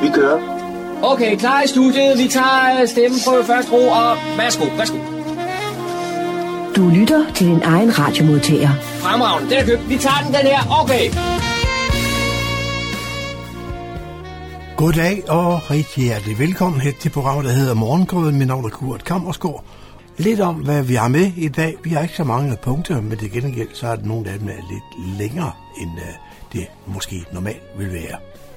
Vi kører. Okay, klar i studiet. Vi tager stemmeprøve først, ro, og værsgo. Du lytter til din egen radiomodtager. Fremragende, den er købt. Vi tager den her. Okay. Goddag og rigtig hjertelig velkommen her til programmet, der hedder Morgengrøden. Mit navn er Kurt Kammersgaard. Lidt om, hvad vi har med i dag. Vi har ikke så mange punkter, men det gengæld så er det nogle af dem er lidt længere, end det måske normalt vil være.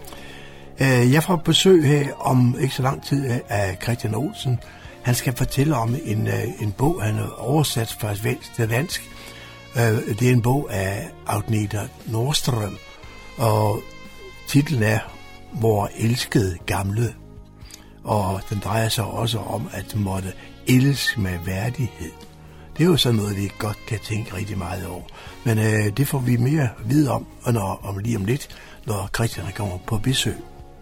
Jeg får besøg her om ikke så lang tid af Christian Olsen. Han skal fortælle om en bog, han har oversat fra svensk til dansk. Det er en bog af Agneta Nordström, og titlen er Vor elskede gamle. Og den drejer sig også om at måtte elske med værdighed. Det er jo sådan noget, vi godt kan tænke rigtig meget over. Men det får vi mere at vide om lige om lidt, når Christian kommer på besøg.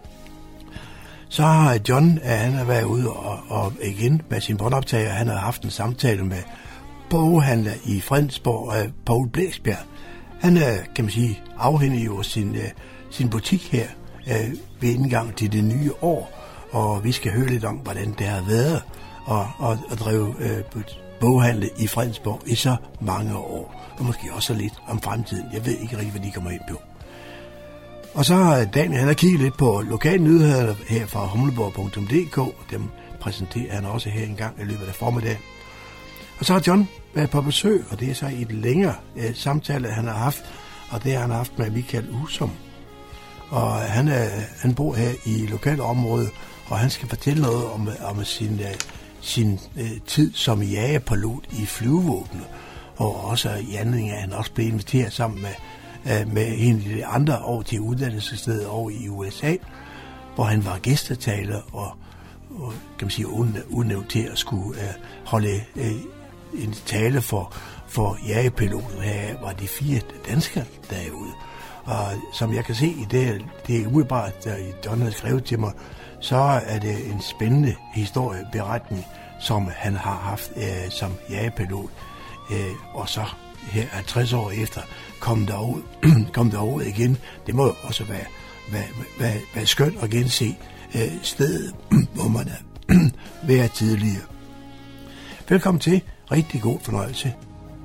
Så har John, han har været ude og igen med sin båndoptager, han har haft en samtale med boghandler i Fredensborg, Poul Blæsbjerg. Han er, kan man sige, afhængig jo sin butik her ved indgang til det nye år, og vi skal høre lidt om, hvordan det har været at drive boghandel i Fredensborg i så mange år, og måske også lidt om fremtiden. Jeg ved ikke rigtig, hvad de kommer ind på. Og så har Daniel, han har kigget lidt på lokale nyheder her fra humleborg.dk. Dem præsenterer han også her en gang i løbet af formiddagen. Og så har John været på besøg, og det er så et længere samtale, han har haft, og det har han haft med Michael Husum. Og han bor her i lokalområdet, og han skal fortælle noget om sin tid som jagerpilot i flyvevåbnet. Og også i anledning af, at han også blev inviteret sammen med en af de andre over til uddannelsesstedet over i USA, hvor han var gæstetaler og kan man sige udnævnt til at skulle holde en tale for jagerpiloten. Her var de 4 danskere derude. Og som jeg kan se i det er umiddelbart, der John har skrevet til mig, så er det en spændende historieberetning, som han har haft som jagerpilot. Og så her 50 år efter kom derud igen. Det må jo også være skønt at gense stedet, hvor man er været tidligere. Velkommen til. Rigtig god fornøjelse.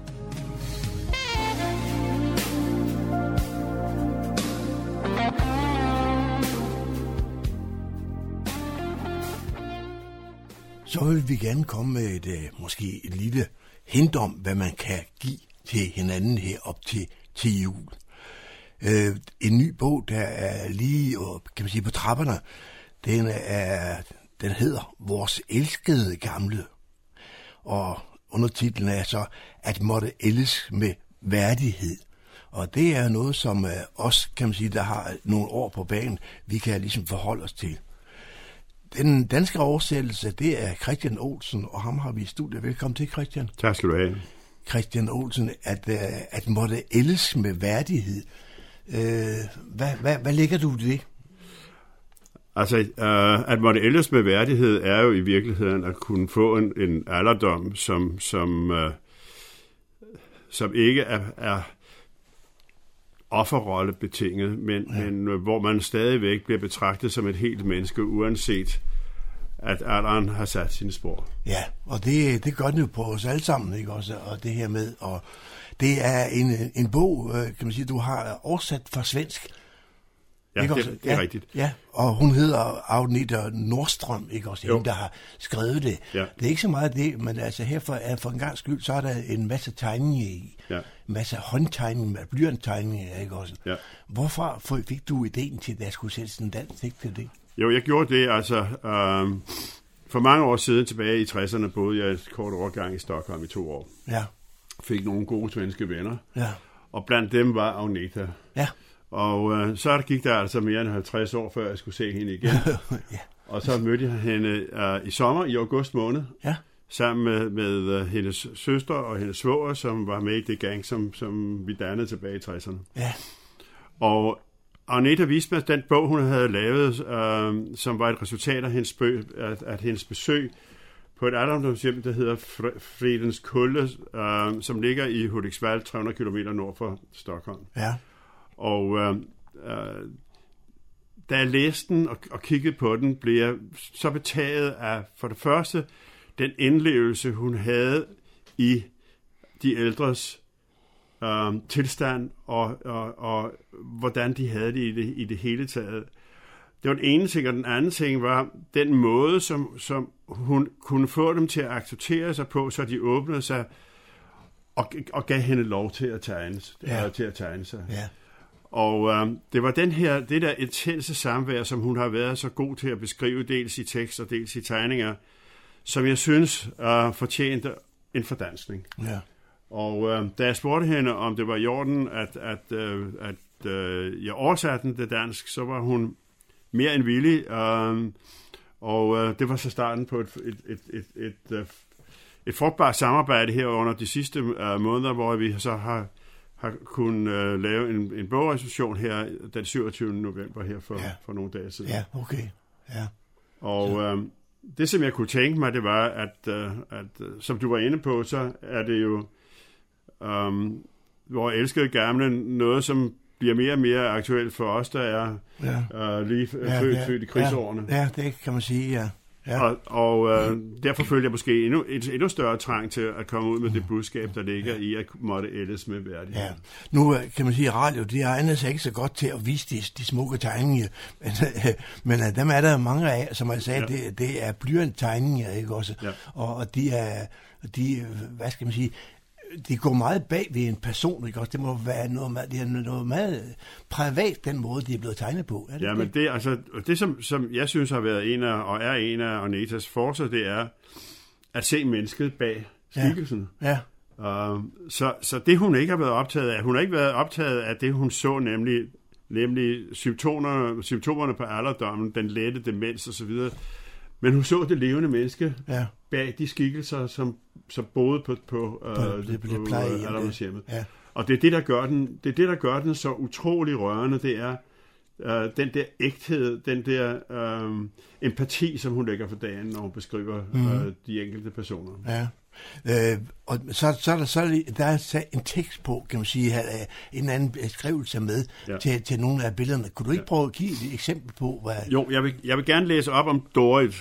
Så vil vi gerne komme med måske et lille hint om, hvad man kan give til hinanden her op til jul. En ny bog, der er lige kan man sige, på trapperne, den hedder Vores elskede gamle. Og undertitlen er så at måtte elske med værdighed. Og det er noget, som os, kan man sige, der har nogle år på banen, vi kan ligesom forholde os til. Den danske oversættelse, det er Christian Olsen, og ham har vi i studiet. Velkommen til, Christian. Tak skal du have. Christian Olsen, at måtte elske med værdighed. Hvad lægger du i det? Altså, at måtte elske med værdighed er jo i virkeligheden at kunne få en alderdom, som ikke er offerrolle betinget, men hvor man stadigvæk bliver betragtet som et helt menneske, uanset at alderen har sat sine spor. Ja, og det gør den jo på os alle sammen, ikke også? Og det her med, og det er en bog, kan man sige, du har oversat fra svensk. Ja, det er rigtigt. Ja, og hun hedder Agneta Nordström, ikke også? Hende, der har skrevet det. Ja. Det er ikke så meget det, men altså her for en gang skyld, så er der en masse tegninger i. Ja. En masse håndtegninger, blyanttegninger, ikke også? Ja. Hvorfor fik du ideen til, at jeg skulle sætte sådan en dansk tekst til det? Jo, jeg gjorde det, altså for mange år siden, tilbage i 60'erne, boede jeg et kort overgang i Stockholm i 2 år. Ja. Fik nogle gode svenske venner. Ja. Og blandt dem var Agneta. Ja. Og så gik der altså mere end 50 år, før jeg skulle se hende igen. Ja. Og så mødte jeg hende i sommer, i august måned, ja. Sammen med hendes søster og hendes svoger, som var med i det gang, som vi dannede tilbage i 60'erne. Ja. Og Agneta viste mig den bog, hun havde lavet, som var et resultat af hendes besøg på et alderdomshjem, der hedder Fredens Kulde, som ligger i Hudiksvall, 300 km nord for Stockholm. Ja. Og da jeg læste den og kiggede på den, blev jeg så betaget af, for det første, den indlevelse, hun havde i de ældres tilstand, og hvordan de havde det i det hele taget. Det var den ene ting, og den anden ting var den måde, som hun kunne få dem til at acceptere sig på, så de åbnede sig og gav hende lov til at tegne sig. Ja. Og det var det der intense samvær, som hun har været så god til at beskrive, dels i tekst og dels i tegninger, som jeg synes fortjente en fordansning. Ja. Og da jeg spurgte hende, om det var i orden, at jeg oversatte den til dansk, så var hun mere end villig, og det var så starten på et frugtbart samarbejde her under de sidste måneder, hvor vi så har kunnet lave en bogrecension her den 27. november her for nogle dage siden. Ja, okay. Ja. Og det, som jeg kunne tænke mig, det var, at som du var inde på, så er det jo hvor jeg elskede gamle, noget, som bliver mere og mere aktuelt for os, der er født i krigsårene. Ja, det kan man sige, ja. Ja. Og derfor føler jeg måske endnu større trang til at komme ud med det budskab, der ligger i at måtte ældes med værdighed. Ja. Nu kan man sige, at radio, det er andet ikke så godt til at vise de smukke tegninger, men dem er der mange af, som jeg sagde, det er blyanttegninger, ikke også? Ja. Og de hvad skal man sige, de går meget bag ved en person, ikke også? Det må være noget meget privat, den måde, de er blevet tegnet på. Ja, men det som jeg synes har været en af Anetas forser, det er at se mennesket bag skikkelsen. Ja. Så det hun ikke har været optaget af, hun har ikke været optaget af det, hun så, nemlig symptomerne på alderdommen, den lette demens osv., men hun så det levende menneske bag de skikkelser, som boede på alderdomshjemmet. Ja. Og det er det, der gør den så utrolig rørende, det er den der ægthed, den der empati, som hun lægger for dagen, når hun beskriver de enkelte personer. Ja. Og så der er en tekst på, kan man sige, en anden beskrivelse med til nogle af billederne. Kunne du ikke prøve at give et eksempel på, hvad... Jo, jeg vil gerne læse op om Dorit.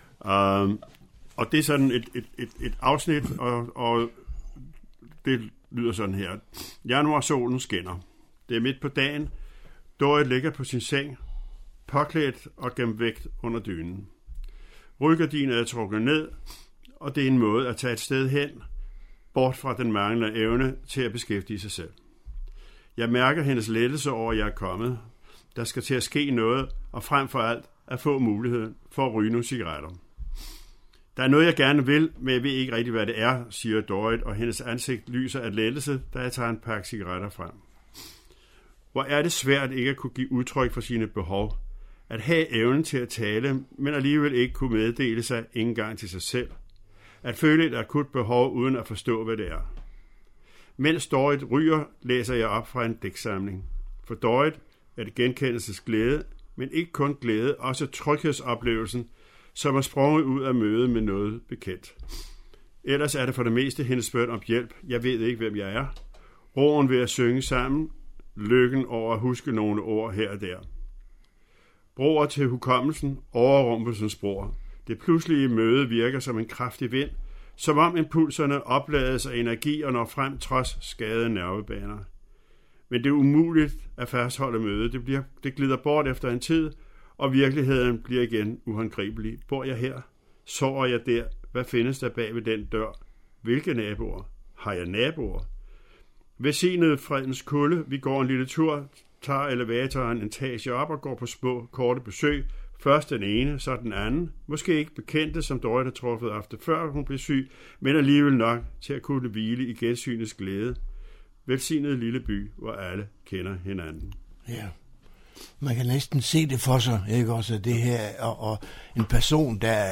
Og det er sådan et afsnit, og det lyder sådan her. Januarsolen skinner. Det er midt på dagen. Dorit ligger på sin seng, påklædt og gemt væk under dynen. Rullegardinet er trukket ned, og det er en måde at tage et sted hen, bort fra den manglende evne til at beskæftige sig selv. Jeg mærker hendes lettelse over, at jeg er kommet. Der skal til at ske noget, og frem for alt at få muligheden for at ryge nogle cigaretter. Der er noget, jeg gerne vil, men jeg ved ikke rigtig, hvad det er, siger Dorit, og hendes ansigt lyser af lettelse, da jeg tager en pakke cigaretter frem. Hvor er det svært ikke at kunne give udtryk for sine behov, at have evnen til at tale, men alligevel ikke kunne meddele sig ikke engang til sig selv, at føle et akut behov uden at forstå, hvad det er. Mens Dorit ryger, læser jeg op fra en digtsamling. For Dorit er det genkendelsesglæde, men ikke kun glæde, også tryghedsoplevelsen, som er sprunget ud af mødet med noget bekendt. Ellers er det for det meste hendes bøn om hjælp. Jeg ved ikke, hvem jeg er. Roen ved at synge sammen. Lykken over at huske nogle ord her og der. Broer til hukommelsen, overrumpelsens broer. Det pludselige møde virker som en kraftig vind, som om impulserne oplades af energi og når frem trods skadede nervebaner. Men det er umuligt at fastholde mødet. Det glider bort efter en tid, og virkeligheden bliver igen uhåndgribelig. Bor jeg her? Sover jeg der? Hvad findes der bag ved den dør? Hvilke naboer? Har jeg naboer? Velsignet fredens kulde. Vi går en lille tur, tager elevatoren en etage op og går på små, korte besøg. Først den ene, så den anden. Måske ikke bekendte, som Dorit har truffet aften før hun blev syg, men alligevel nok til at kunne hvile i gensynets glæde. Velsignet lille by, hvor alle kender hinanden. Ja. Man kan næsten se det for sig, ikke også, det her, og en person, der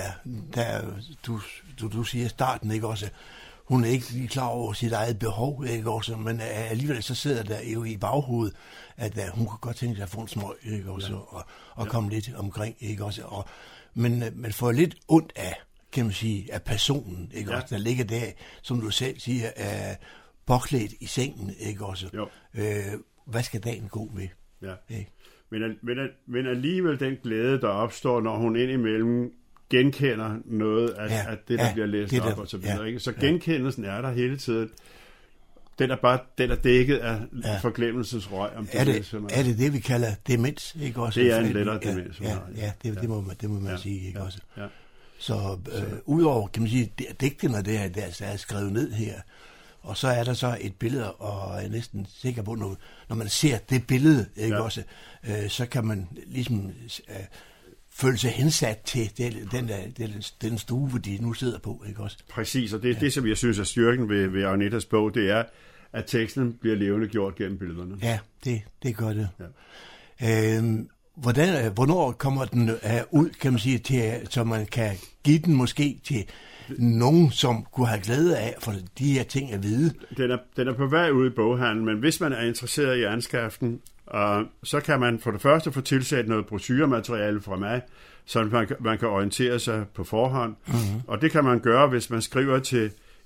du siger starten, ikke også, hun er ikke lige klar over sit eget behov, ikke også, men alligevel så sidder der jo i baghovedet, at hun kan godt tænke sig at få en smøg, ikke også, og komme lidt omkring, ikke også, men man får lidt ondt af, kan man sige, af personen, ikke også, der ligger der, som du selv siger, påklædt i sengen, ikke også. Hvad skal dagen gå med? Ja. Men alligevel den glæde, der opstår, når hun indimellem genkender noget af det, der bliver læst op og så videre. Ikke? Så genkendelsen er der hele tiden. Den er dækket af forglemmelsesrøg. Om er det vi kalder demens, ikke også? Det er en lettere demens. Det må man sige, ikke også? Ja. Så udover, kan man sige, digtene, der er skrevet ned her, og så er der så et billede, og jeg er næsten sikker på, når man ser det billede, ikke også, så kan man ligesom føle sig hensat til den stue, de nu sidder på, ikke også? Præcis, og det er det, som jeg synes er styrken ved Agnetas bog, det er, at teksten bliver levende gjort gennem billederne. Ja, det gør det. Ja. Hvornår kommer den ud, kan man sige, så man kan give den måske til nogen, som kunne have glæde af for de her ting at vide? Den er på vej ud i boghandlen, men hvis man er interesseret i anskaften, så kan man for det første få tilsat noget brochure-materiale fra mig, så man kan orientere sig på forhånd. Mm-hmm. Og det kan man gøre, hvis man skriver til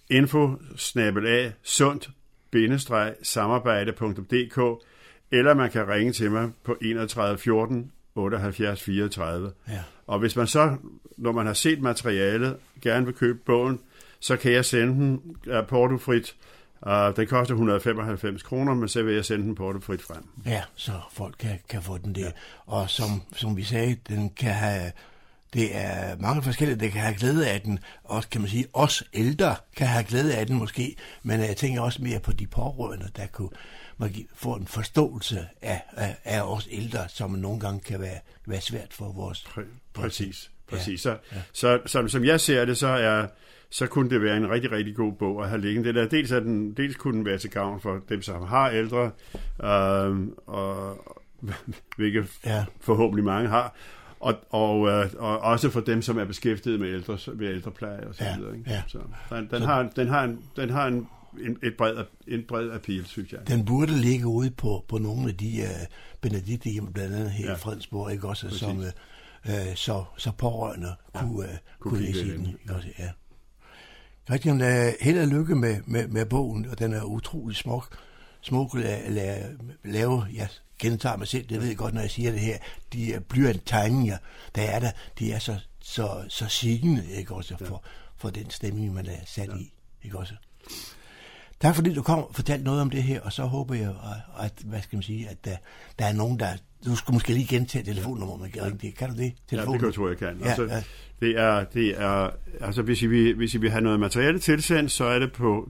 info@sundt-samarbejde.dk, eller man kan ringe til mig på 31 14 78 34. Ja. Og hvis man så, når man har set materialet, gerne vil købe bogen, så kan jeg sende den portofrit. Den koster 195 kroner, men så vil jeg sende den portofrit frem. Ja, så folk kan få den der. Ja. Og som vi sagde, den kan have... Det er mange forskellige, der kan have glæde af den. Også, kan man sige, os ældre kan have glæde af den måske. Men jeg tænker også mere på de pårørende, der kunne få en forståelse af os ældre, som nogle gange kan være svært for vores... Præcis. Ja. Så som jeg ser det, så kunne det være en rigtig, rigtig god bog at have liggende. Dels kunne den være til gavn for dem, som har ældre, og hvilket forhåbentlig mange har, og også for dem, som er beskæftiget med ældrepleje og så videre. Ikke? Så den har en bred appeal, synes jeg. Den burde ligge ude på nogle af de Benedikte-hjem, blandt andet her i Fredensborg, ikke også, som så pårørende kunne læse i den. Ikke også, ja. Rigtig held og lykke med bogen, og den er utrolig smuk at lave. Jeg gentager mig selv, det ved jeg godt, når jeg siger det her. De blyanttegninger, der er der, de er så sigende, ikke også, for den stemning, man er sat i, ikke også. Tak fordi du kom og fortalte noget om det her, og så håber jeg, at hvad skal man sige, at der er nogen, der... Du skulle måske lige gentage telefonnummer, man kan ringe det. Kan du det? Ja, det kan jeg tro, jeg kan. Det er, altså hvis I vil have noget materiale tilsendt, så er det på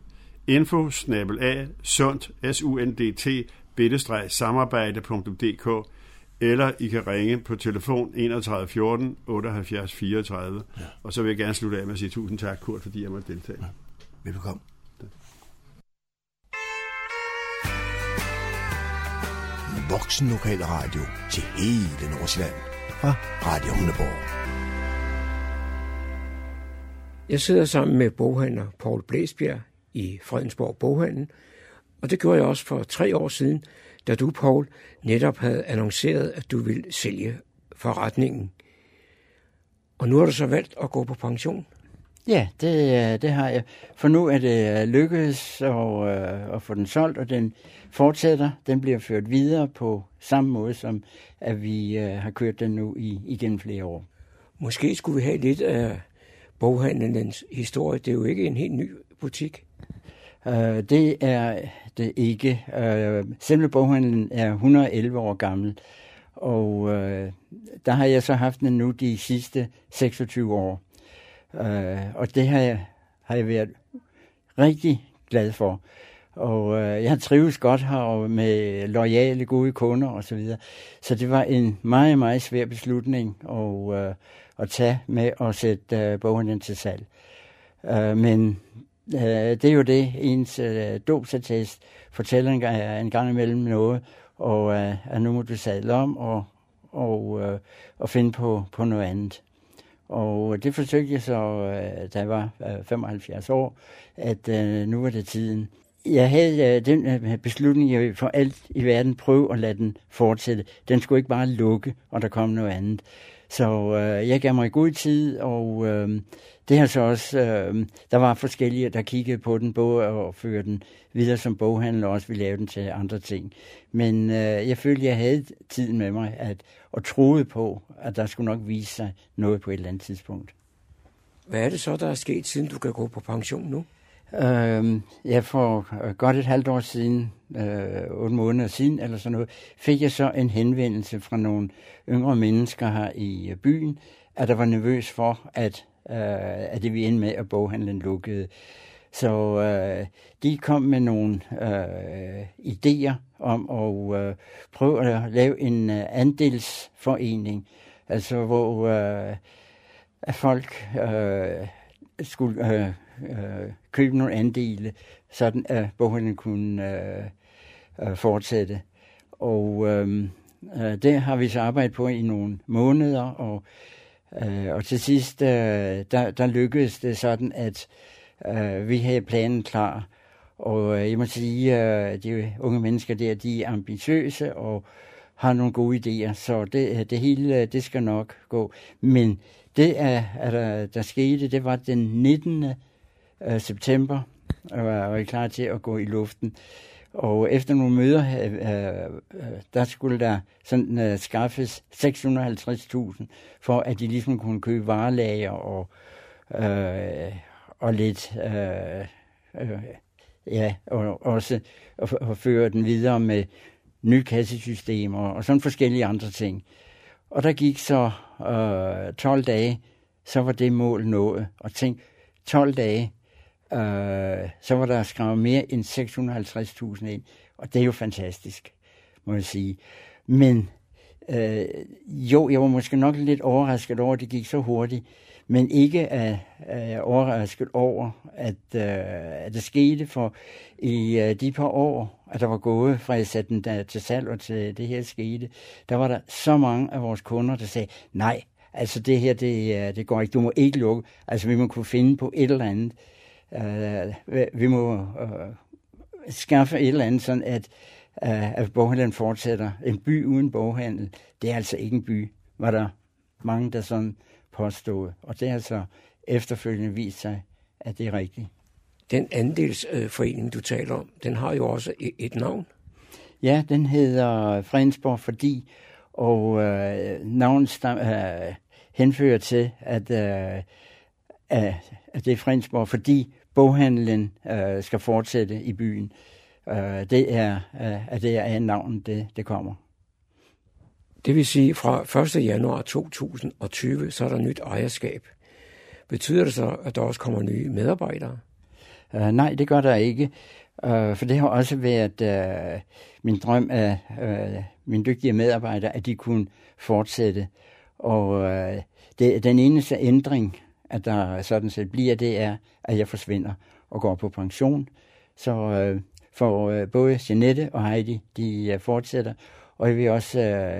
info@sundt-samarbejde.dk, eller I kan ringe på telefon 31 14 78 34. Ja. Og så vil jeg gerne slutte af med at sige tusind tak, Kurt, fordi jeg måtte deltage. Ja. Velbekomme. Voksen lokal radio til hele Nordsjælland fra Radio Hundeborg. Jeg sidder sammen med boghandler Poul Blæsbjerg i Fredensborg Boghandel, og det gjorde jeg også for 3 år siden, da du, Poul, netop havde annonceret, at du ville sælge forretningen. Og nu har du så valgt at gå på pension. Ja, det har jeg. For nu er det lykkedes at få den solgt, og den fortsætter. Den bliver ført videre på samme måde, som at vi har kørt den nu igennem flere år. Måske skulle vi have lidt af boghandelens historie. Det er jo ikke en helt ny butik. Det er det ikke. Selve boghandlen er 111 år gammel, og der har jeg så haft den nu de sidste 26 år. Og det har jeg været rigtig glad for. Og jeg har trives godt her med loyale, gode kunder og så videre. Så det var en meget, meget svær beslutning at tage med at sætte boghandlen til salg. Men det er jo det, ens dåbsattest fortæller en gang imellem noget, og at nu må du sadle om og finde på noget andet. Og det forsøgte jeg så, da jeg var 75 år, at nu var det tiden. Jeg havde den beslutning, jeg vil for alt i verden prøve at lade den fortsætte. Den skulle ikke bare lukke, og der kom noget andet. Så jeg gav mig god tid, og det har så også, der var forskellige, der kiggede på den, både at føre den videre som boghandler, og også ville lave den til andre ting. Men jeg følte, jeg havde tiden med mig, og troede på, at der skulle nok vise sig noget på et eller andet tidspunkt. Hvad er det så, der er sket, siden du kan gå på pension nu? Jeg for godt et halvt år siden, 8 måneder siden, eller sådan noget, fik jeg så en henvendelse fra nogle yngre mennesker her i byen, at der var nervøs for, at det ville ende med, at boghandlen lukkede. Så de kom med nogle idéer om at prøve at lave en andelsforening, altså hvor folk skulle købe nogle andele, sådan at boghandlen kunne fortsætte. Og det har vi så arbejdet på i nogle måneder, og til sidst der lykkedes det sådan, at vi havde planen klar. Og jeg må sige, at de unge mennesker der, de er ambitiøse og har nogle gode idéer, så det hele, det skal nok gå. Men det, der skete, det var den 19. september, og var klar til at gå i luften. Og efter nogle møder, der skulle der sådan skaffes 650.000, for at de ligesom kunne købe varelager og lidt, og også at føre den videre med nye kassesystemer og sådan forskellige andre ting. Og der gik så 12 dage, så var det mål nået. Og tænk, 12 dage, så var der skrevet mere end 650.000 ind. Og det er jo fantastisk, må jeg sige. Men jo, jeg var måske nok lidt overrasket over, at det gik så hurtigt. Men ikke overrasket over, at det skete, for i de par år, at der var gået fra jeg satte den der til salg og til det her skete, der var der så mange af vores kunder, der sagde, nej, altså det her, det går ikke, du må ikke lukke, altså vi må kunne finde på et eller andet, vi må skaffe et eller andet, sådan at boghandlen fortsætter. En by uden boghandel, det er altså ikke en by, var der mange, der sådan påstået. Og det har så efterfølgende vist sig, at det er rigtigt. Den andelsforening, du taler om, den har jo også et navn. Ja, den hedder Fredensborg Fordi, og navnet henfører til, at det er Fredensborg, fordi boghandlen skal fortsætte i byen. Det er navnet, det kommer. Det vil sige, fra 1. januar 2020, så er der nyt ejerskab. Betyder det så, at der også kommer nye medarbejdere? Nej, det gør der ikke. For det har også været min drøm af mine dygtige medarbejdere, at de kunne fortsætte. Og den eneste ændring, at der sådan set bliver, det er, at jeg forsvinder og går på pension. Så for både Jeanette og Heidi, de fortsætter. Og jeg vil også,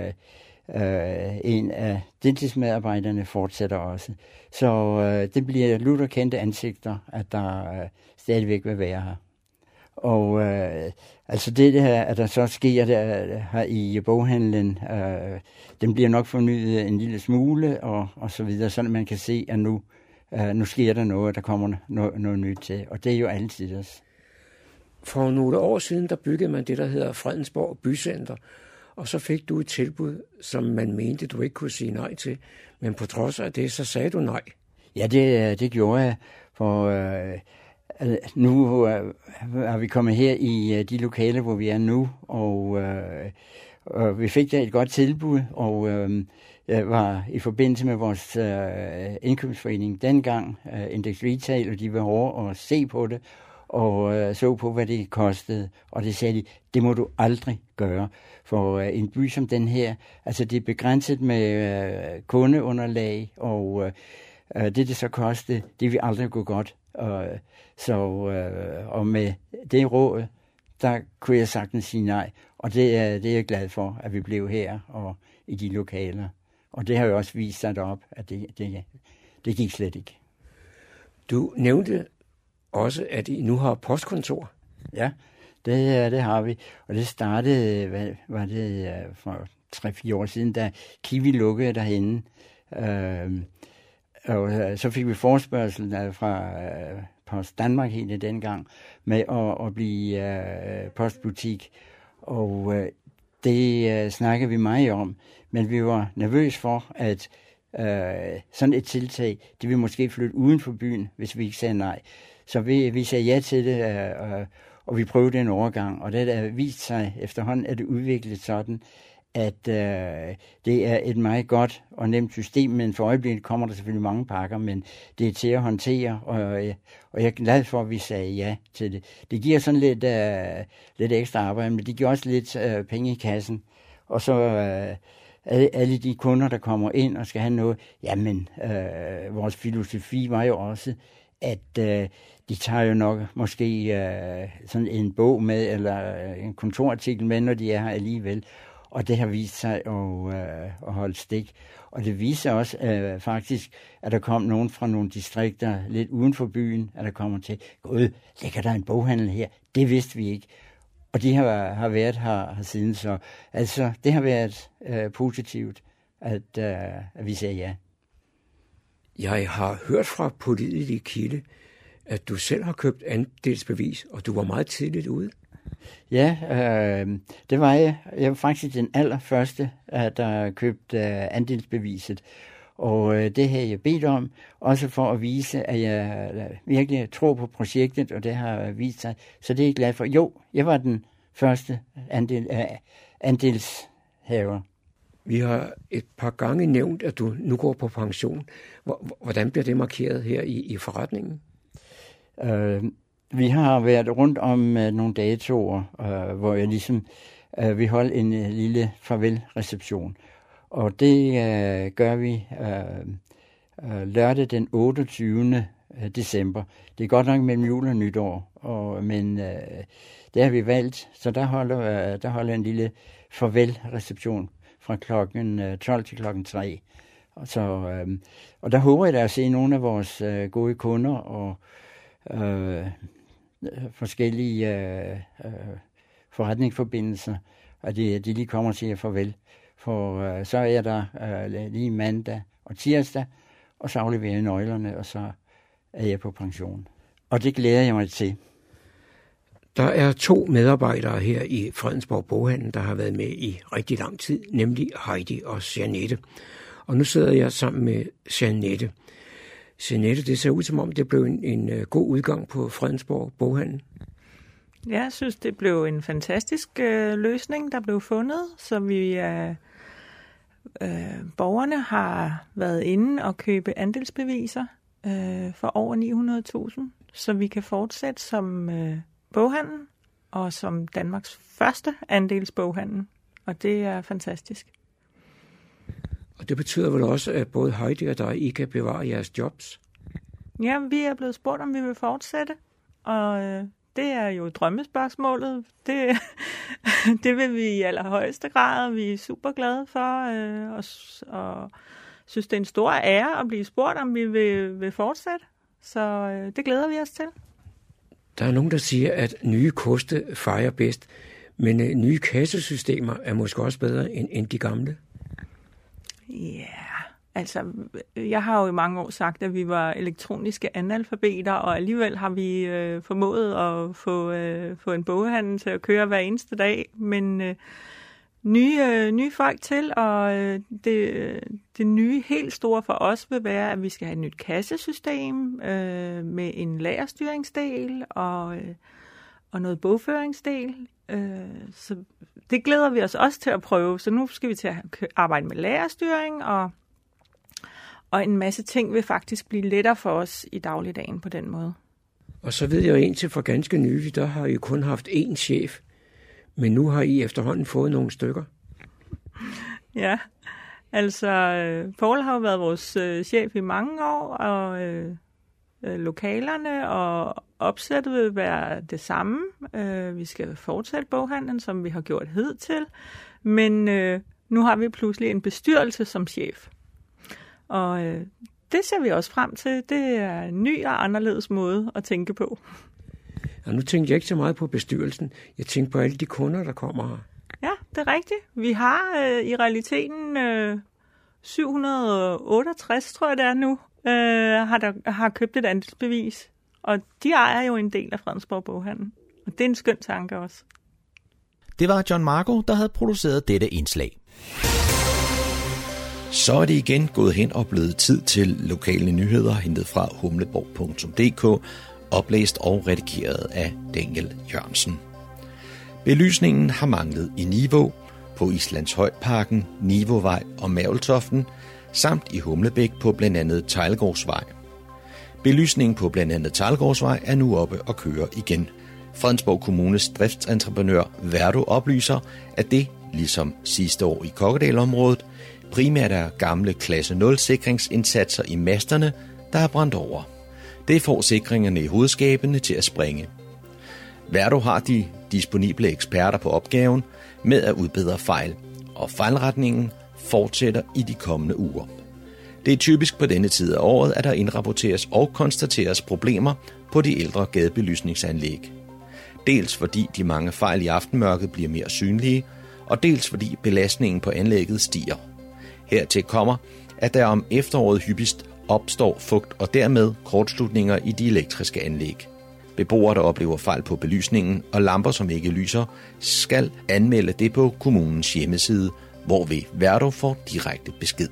en af deltidsmedarbejderne fortsætter også. Så det bliver lutter kendte ansigter, at der stadigvæk vil være her. Og altså det her, at der så sker der her i boghandlen, den bliver nok fornyet en lille smule, og så videre, så man kan se, at nu sker der noget, der kommer noget nyt til. Og det er jo altid også. For nogle år siden, der byggede man det, der hedder Fredensborg Bycenter. Og så fik du et tilbud, som man mente, du ikke kunne sige nej til. Men på trods af det, så sagde du nej. Ja, det gjorde jeg. For nu er vi kommet her i de lokaler, hvor vi er nu. Og vi fik da et godt tilbud. Og jeg var i forbindelse med vores indkøbsforening dengang, Index Retail, og de var over at se på det. Og så på, hvad det kostede. Og det sagde de, det må du aldrig gøre. For en by som den her, altså det er begrænset med kundeunderlag, og det så kostede, det vil aldrig gå godt. Og med det råd, der kunne jeg sagtens sige nej. Og det er jeg glad for, at vi blev her og i de lokaler. Og det har jo også vist sig derop, at det gik slet ikke. Du nævnte også, at I nu har postkontor. Ja, det har vi. Og det startede, var det for 3-4 år siden, da Kiwi lukkede derhenne. Og så fik vi forespørgsel fra Post Danmark hele dengang med at blive postbutik. Og det snakkede vi meget om, men vi var nervøs for, at sådan et tiltag, det ville måske flytte uden for byen, hvis vi ikke sagde nej. Så vi sagde ja til det, og vi prøvede en overgang, og det har vist sig efterhånden, at det udviklet sådan, at det er et meget godt og nemt system, men for øjeblikket kommer der selvfølgelig mange pakker, men det er til at håndtere, og jeg er glad for, at vi sagde ja til det. Det giver sådan lidt ekstra arbejde, men det giver også lidt penge i kassen, og så alle de kunder, der kommer ind og skal have noget, jamen, vores filosofi var jo også, at de tager jo nok måske sådan en bog med, eller en kontorartikel med, når de er her alligevel. Og det har vist sig at holde stik. Og det viser også faktisk, at der kom nogen fra nogle distrikter lidt uden for byen, at der kommer til, gud, ligger der en boghandel her? Det vidste vi ikke. Og de har været her siden. Så altså, det har været positivt, at vi siger ja. Jeg har hørt fra pålidelig kilde, at du selv har købt andelsbevis, og du var meget tidligt ude. Ja, det var jeg. Jeg var faktisk den allerførste, der købte andelsbeviset. Og det har jeg bedt om, også for at vise, at jeg virkelig tror på projektet, og det har vist sig. Så det er jeg glad for. Jo, jeg var den første andelshaver. Vi har et par gange nævnt, at du nu går på pension. Hvordan bliver det markeret her i forretningen? Vi har været rundt om nogle datoer, hvor jeg ligesom vi holdt en lille farvelreception. Og det gør vi lørdag den 28. december. Det er godt nok mellem jul og nytår, men det har vi valgt, så der holder en lille farvelreception fra klokken 12 til klokken 3. Og der håber jeg da at se nogle af vores gode kunder og forskellige forretningsforbindelser, og de lige kommer og siger farvel. For så er der lige mandag og tirsdag, og så afleverer jeg nøglerne, og så er jeg på pension. Og det glæder jeg mig til. Der er 2 medarbejdere her i Fredensborg Boghandel, der har været med i rigtig lang tid, nemlig Heidi og Jeanette. Og nu sidder jeg sammen med Jeanette. Jeanette, det ser ud som om, det blev en god udgang på Fredensborg Boghandel. Ja, jeg synes, det blev en fantastisk løsning, der blev fundet, så vi borgerne har været inde og købe andelsbeviser for over 900.000, så vi kan fortsætte som boghandel og som Danmarks første andelsboghandel, og det er fantastisk. Og det betyder vel også, at både Heidi og dig, I kan bevare jeres jobs? Ja, vi er blevet spurgt, om vi vil fortsætte, og det er jo drømmespørgsmålet. Det vil vi i allerhøjeste grad. Vi er super glade for, og synes, det er en stor ære at blive spurgt, om vi vil fortsætte. Så det glæder vi os til. Der er nogen, der siger, at nye koste fejrer bedst, men nye kassesystemer er måske også bedre end de gamle. Ja, altså, jeg har jo i mange år sagt, at vi var elektroniske analfabeter, og alligevel har vi formået at få en boghandel til at køre hver eneste dag, men nye folk til, og det nye helt store for os vil være, at vi skal have et nyt kassesystem med en lagerstyringsdel og noget bogføringsdel. Så det glæder vi os også til at prøve. Så nu skal vi til at arbejde med lagerstyring, og en masse ting vil faktisk blive lettere for os i dagligdagen på den måde. Og så ved jeg jo indtil for ganske nylig, der har I kun haft 1 chef, men nu har I efterhånden fået nogle stykker. Ja, altså Poul har jo været vores chef i mange år, og lokalerne og opsættet vil være det samme. Vi skal fortsætte boghandlen, som vi har gjort hidtil, men nu har vi pludselig en bestyrelse som chef. Og det ser vi også frem til. Det er en ny og anderledes måde at tænke på. Og nu tænkte jeg ikke så meget på bestyrelsen. Jeg tænkte på alle de kunder, der kommer her. Ja, det er rigtigt. Vi har i realiteten 768, tror jeg det er nu, har købt et andelsbevis. Og de ejer jo en del af Fredensborg Boghandel. Og det er en skøn tanke også. Det var John Marco, der havde produceret dette indslag. Så er det igen gået hen og blevet tid til lokale nyheder, hentet fra humleborg.dk, oplæst og redigeret af Daniel Jørgensen. Belysningen har manglet i Nivå, på Islandshøjparken, Nivåvej og Mavltoften, samt i Humlebæk på blandt andet Teglgårdsvej. Belysningen på blandt andet Teglgårdsvej er nu oppe og kører igen. Fredensborg Kommunes driftsentreprenør Verdo oplyser, at det, ligesom sidste år i Kokkedalområdet, primært er gamle klasse 0 sikringsindsatser i masterne, der er brændt over. Det får sikringerne i hovedskabene til at springe. Verdo har de disponible eksperter på opgaven med at udbedre fejl, og fejlretningen fortsætter i de kommende uger. Det er typisk på denne tid af året, at der indrapporteres og konstateres problemer på de ældre gadebelysningsanlæg. Dels fordi de mange fejl i aftenmørket bliver mere synlige, og dels fordi belastningen på anlægget stiger. Hertil kommer, at der om efteråret hyppigst opstår fugt og dermed kortslutninger i de elektriske anlæg. Beboere, der oplever fejl på belysningen og lamper, som ikke lyser, skal anmelde det på kommunens hjemmeside, hvorved Verdo får direkte besked.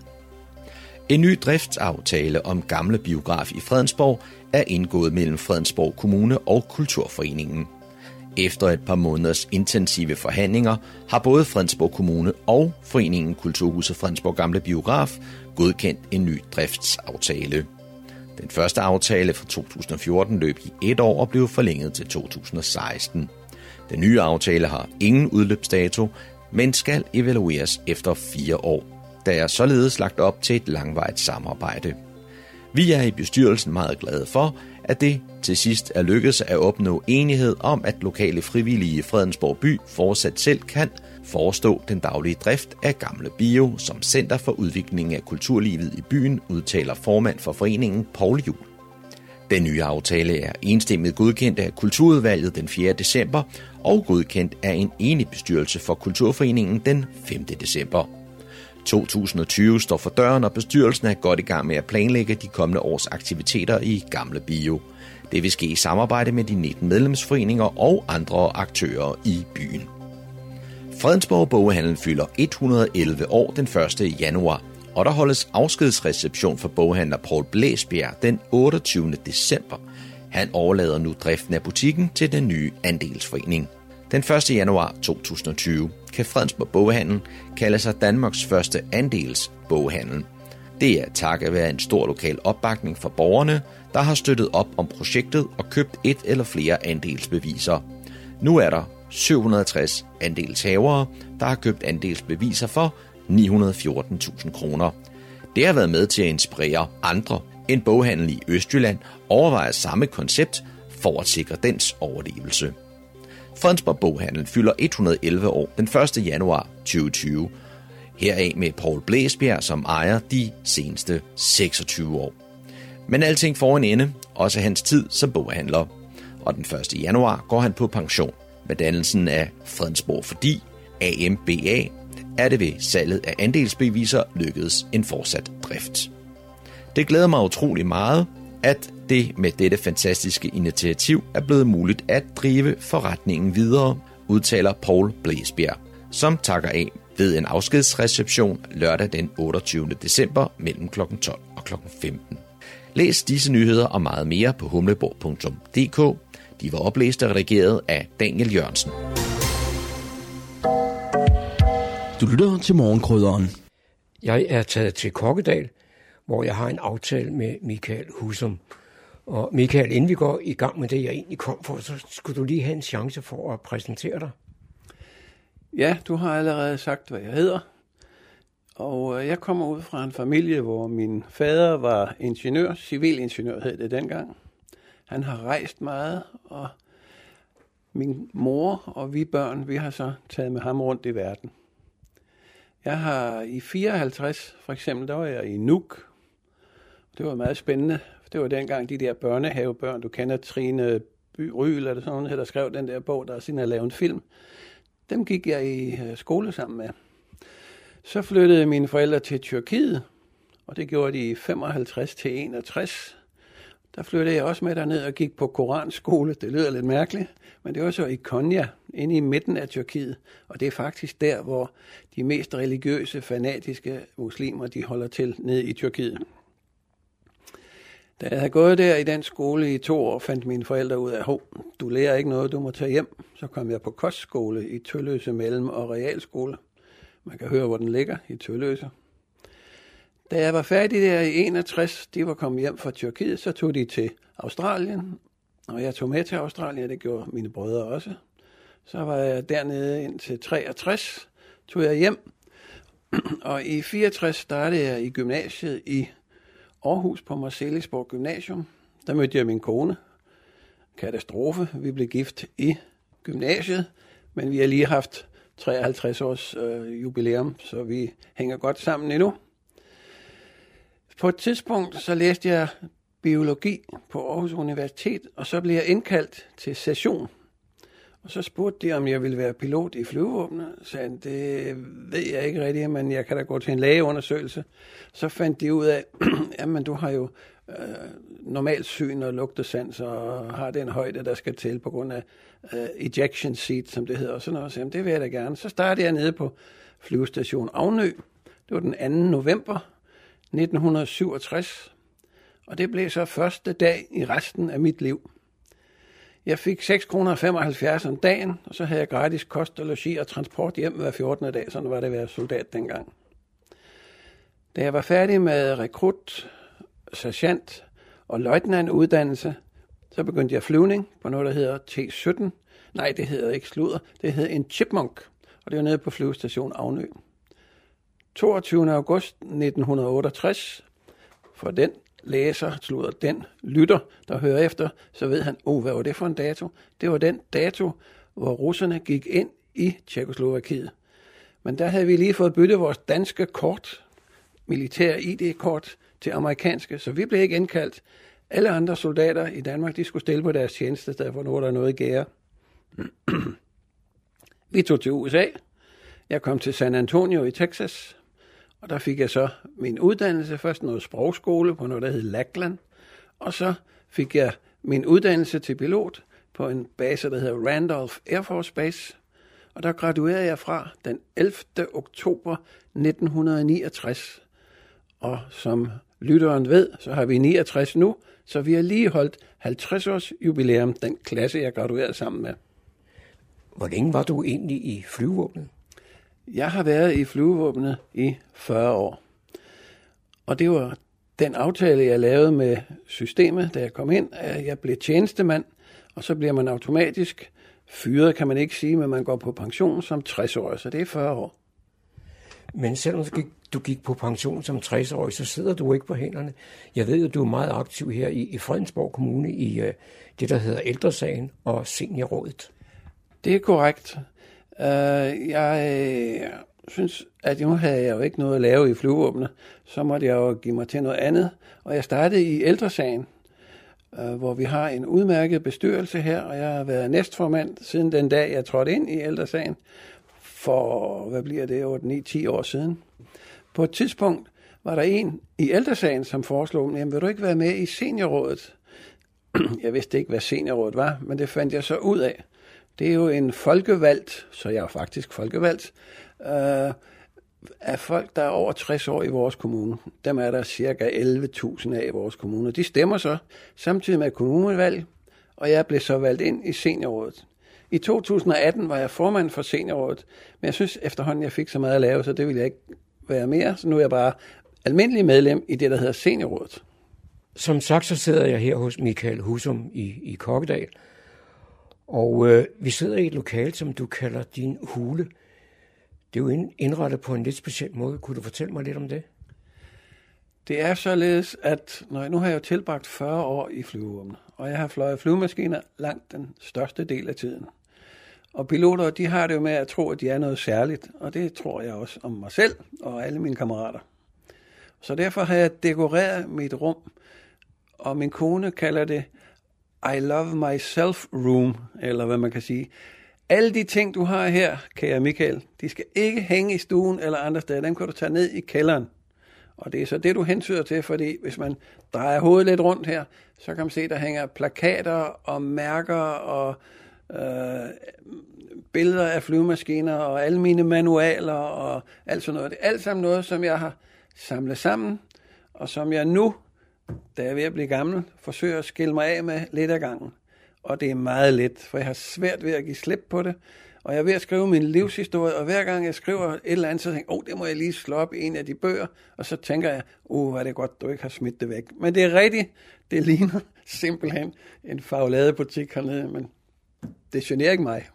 En ny driftsaftale om gamle biograf i Fredensborg er indgået mellem Fredensborg Kommune og Kulturforeningen. Efter et par måneders intensive forhandlinger har både Fredensborg Kommune og Foreningen Kulturhuset Fredensborg Gamle Biograf godkendt en ny driftsaftale. Den første aftale fra 2014 løb i 1 år og blev forlænget til 2016. Den nye aftale har ingen udløbsdato, men skal evalueres efter 4 år. Der er således lagt op til et langvarigt samarbejde. Vi er i bestyrelsen meget glade for, at det til sidst er lykkedes at opnå enighed om, at lokale frivillige i Fredensborg by fortsat selv kan forestå den daglige drift af Gamle Bio som center for udvikling af kulturlivet i byen, udtaler formand for foreningen Poul Juhl. Den nye aftale er enstemmigt godkendt af Kulturudvalget den 4. december og godkendt af en enig bestyrelse for Kulturforeningen den 5. december. 2020 står for døren, og bestyrelsen er godt i gang med at planlægge de kommende års aktiviteter i Gamle Bio. Det vil ske i samarbejde med de 19 medlemsforeninger og andre aktører i byen. Fredensborg Boghandel fylder 111 år den 1. januar, og der holdes afskedsreception for boghandler Poul Blæsbjerg den 28. december. Han overlader nu driften af butikken til den nye andelsforening. Den 1. januar 2020 kan Fredensborg Boghandel kalde sig Danmarks første andelsboghandel. Det er takket være en stor lokal opbakning fra borgerne, der har støttet op om projektet og købt et eller flere andelsbeviser. Nu er der 760 andelshavere, der har købt andelsbeviser for 914.000 kroner. Det har været med til at inspirere andre end boghandel i Østjylland overveje samme koncept for at sikre dens overlevelse. Fredensborg Boghandel fylder 111 år den 1. januar 2020. Heraf med Poul Blæsbjerg som ejer de seneste 26 år. Men alting får en ende, også hans tid som boghandler. Og den 1. januar går han på pension. Med dannelsen af Fredensborg Fordi, AMBA, er det ved salget af andelsbeviser lykkedes en fortsat drift. Det glæder mig utrolig meget, at det med dette fantastiske initiativ er blevet muligt at drive forretningen videre, udtaler Poul Blæsbjerg, som takker af ved en afskedsreception lørdag den 28. december mellem kl. 12 og kl. 15. Læs disse nyheder og meget mere på humleborg.dk. De var oplæst og redigeret af Daniel Jørgensen. Du lytter til Morgenkrydderen. Jeg er taget til Kokkedal, hvor jeg har en aftale med Michael Husum. Og Michael, inden vi går i gang med det, jeg egentlig kom for, så skulle du lige have en chance for at præsentere dig. Ja, du har allerede sagt, hvad jeg hedder. Og jeg kommer ud fra en familie, hvor min fader var ingeniør, civilingeniør hed det dengang. Han har rejst meget, og min mor og vi børn, vi har så taget med ham rundt i verden. Jeg har i 54, for eksempel, der var jeg i Nuuk. Det var meget spændende. Det var dengang de der børnehavebørn, du kender Trine By Ryl, eller sådan noget, der skrev den der bog, der siden har lavet en film. Dem gik jeg i skole sammen med. Så flyttede mine forældre til Tyrkiet, og det gjorde de i 55 til 61. Der flyttede jeg også med derned og gik på koranskole. Det lyder lidt mærkeligt, men det var så i Konya, inde i midten af Tyrkiet. Og det er faktisk der, hvor de mest religiøse, fanatiske muslimer, de holder til nede i Tyrkiet. Da jeg havde gået der i den skole i 2 år, fandt mine forældre ud af, du lærer ikke noget, du må tage hjem. Så kom jeg på kostskole i Tølløse Mellem- og Realskole. Man kan høre, hvor den ligger i Tølløse. Da jeg var færdig der i 61, de var kommet hjem fra Tyrkiet, så tog de til Australien. Og jeg tog med til Australien, det gjorde mine brødre også. Så var jeg dernede indtil 63, tog jeg hjem. Og i 64 startede jeg i gymnasiet i Aarhus på Marselisborg Gymnasium. Der mødte jeg min kone. Katastrofe. Vi blev gift i gymnasiet, men vi har lige haft 53 års jubilæum, så vi hænger godt sammen endnu. På et tidspunkt så læste jeg biologi på Aarhus Universitet, og så blev jeg indkaldt til session. Og så spurgte de, om jeg ville være pilot i flyvevåbnet. Så sagde, det ved jeg ikke rigtigt, men jeg kan da gå til en lægeundersøgelse. Så fandt de ud af, jamen du har jo normalt syn og lugtesans, og har den højde, der skal til på grund af ejection seat, som det hedder. Og sådan noget. Så jamen, det vil jeg da gerne. Så startede jeg nede på flyvestation Avnø. Det var den 2. november 1967. Og det blev så første dag i resten af mit liv. Jeg fik 6,75 kroner om dagen, og så havde jeg gratis kost og logi og transport hjem hver 14. dag. Sådan var det at være soldat dengang. Da jeg var færdig med rekrut, sergeant og løjtnantuddannelse, så begyndte jeg flyvning på noget, der hedder T-17. Nej, det hedder ikke sludder. Det hedder en Chipmunk, og det var nede på flyvestation Avnø. 22. august 1968, for den læser, den lytter, der hører efter, så ved han, hvad var det for en dato? Det var den dato, hvor russerne gik ind i Tjekkoslovakiet. Men der havde vi lige fået byttet vores danske kort, militære ID-kort, til amerikanske, så vi blev ikke indkaldt. Alle andre soldater i Danmark, de skulle stille på deres tjenestested, for nu var der noget i gære. Vi tog til USA. Jeg kom til San Antonio i Texas, og der fik jeg så min uddannelse, først noget sprogskole på noget, der hed Lackland, og så fik jeg min uddannelse til pilot på en base, der hedder Randolph Air Force Base, og der graduerede jeg fra den 11. oktober 1969. Og som lytteren ved, så har vi 69 nu, så vi har lige holdt 50 års jubilæum, den klasse, jeg graduerede sammen med. Hvor længe var du egentlig i flyvevåbnet? Jeg har været i flyvevåbnet i 40 år. Og det var den aftale, jeg lavede med systemet, da jeg kom ind, at jeg blev tjenestemand, og så bliver man automatisk fyret, kan man ikke sige, men man går på pension som 60-årig, så det er 40 år. Men selvom du gik på pension som 60-årig, så sidder du ikke på hænderne. Jeg ved, at du er meget aktiv her i Fredensborg Kommune i det, der hedder Ældresagen og Seniorrådet. Det er korrekt. Jeg synes, at nu havde jeg jo ikke noget at lave i flyvevåbnet, så måtte jeg jo give mig til noget andet. Og jeg startede i Ældresagen, hvor vi har en udmærket bestyrelse her, og jeg har været næstformand siden den dag, jeg trådte ind i Ældresagen, for, hvad bliver det, 8-9-10 år siden. På et tidspunkt var der en i Ældresagen, som foreslog, jamen vil du ikke være med i Seniorrådet? Jeg vidste ikke, hvad Seniorrådet var, men det fandt jeg så ud af. Det er jo en folkevalgt, så jeg er faktisk folkevalgt, af folk, der er over 60 år i vores kommune. Dem er der cirka 11.000 af i vores kommune. De stemmer så samtidig med kommunevalg, og jeg blev så valgt ind i Seniorrådet. I 2018 var jeg formand for Seniorrådet, men jeg synes efterhånden, jeg fik så meget at lave, så det ville jeg ikke være mere. Så nu er jeg bare almindelig medlem i det, der hedder Seniorrådet. Som sagt, så sidder jeg her hos Michael Husum i Kokkedal. Og vi sidder i et lokale, som du kalder din hule. Det er jo indrettet på en lidt speciel måde. Kunne du fortælle mig lidt om det? Det er således, at nu har jeg jo tilbragt 40 år i flyvevåbnet, og jeg har fløjet flyvemaskiner langt den største del af tiden. Og piloter, de har det jo med at tro, at de er noget særligt, og det tror jeg også om mig selv og alle mine kammerater. Så derfor har jeg dekoreret mit rum, og min kone kalder det I love myself room, eller hvad man kan sige. Alle de ting, du har her, kære Michael, de skal ikke hænge i stuen eller andre steder. Dem kan du tage ned i kælderen. Og det er så det, du hensyder til, fordi hvis man drejer hovedet lidt rundt her, så kan man se, der hænger plakater og mærker og billeder af flyvemaskiner og alle mine manualer og alt sådan noget. Det er alt sammen noget, som jeg har samlet sammen, og som jeg nu, da jeg er ved at blive gammel, forsøger at skille mig af med lidt ad gangen. Og det er meget let, for jeg har svært ved at give slip på det. Og jeg er ved at skrive min livshistorie, og hver gang jeg skriver et eller andet, så tænker jeg, det må jeg lige slå op i en af de bøger. Og så tænker jeg, hvor er det godt, du ikke har smidt det væk. Men det er rigtigt, det ligner simpelthen en farveladebutik hernede, men det generer ikke mig.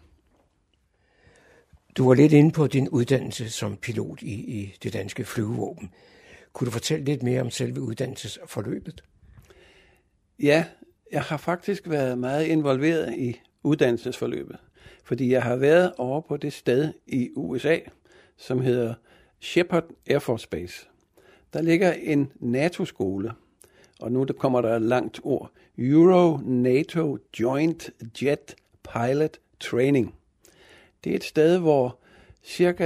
Du var lidt inde på din uddannelse som pilot i det danske flyvevåben. Kunne du fortælle lidt mere om selve uddannelsesforløbet? Ja, jeg har faktisk været meget involveret i uddannelsesforløbet, fordi jeg har været over på det sted i USA, som hedder Sheppard Air Force Base. Der ligger en NATO-skole, og nu kommer der et langt ord. Euro-NATO Joint Jet Pilot Training. Det er et sted, hvor ca.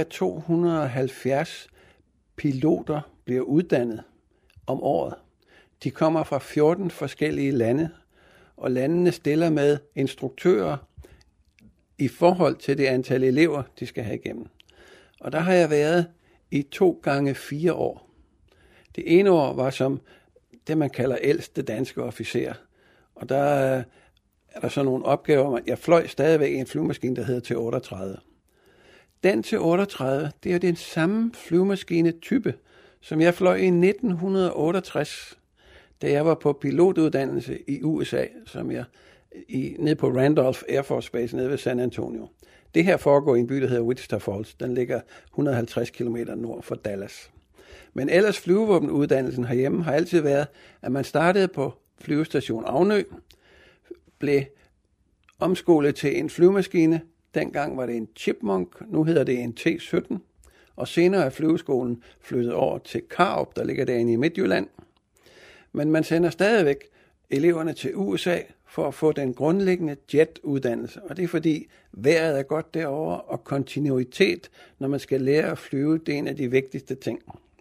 270 piloter bliver uddannet om året. De kommer fra 14 forskellige lande, og landene stiller med instruktører i forhold til det antal elever, de skal have igennem. Og der har jeg været i 2 gange 4 år. Det ene år var som det, man kalder ældste danske officer. Og der er der så nogle opgaver. Jeg fløj stadigvæk en flyvemaskine, der hedder T-38. Den T-38, det er den samme flyvemaskine-type, som jeg fløj i 1968, da jeg var på pilotuddannelse i USA, som jeg nede på Randolph Air Force Base nede ved San Antonio. Det her foregår i en by, der hedder Wichita Falls. Den ligger 150 km nord for Dallas. Men ellers flyvevåbenuddannelsen herhjemme har altid været, at man startede på flyvestation Avnø, blev omskolet til en flyvemaskine. Dengang var det en Chipmunk, nu hedder det en T-17. Og senere er flyveskolen flyttet over til Karup, der ligger derinde i Midtjylland. Men man sender stadigvæk eleverne til USA for at få den grundlæggende jetuddannelse. Og det er fordi vejret er godt derovre, og kontinuitet, når man skal lære at flyve, det er en af de vigtigste ting.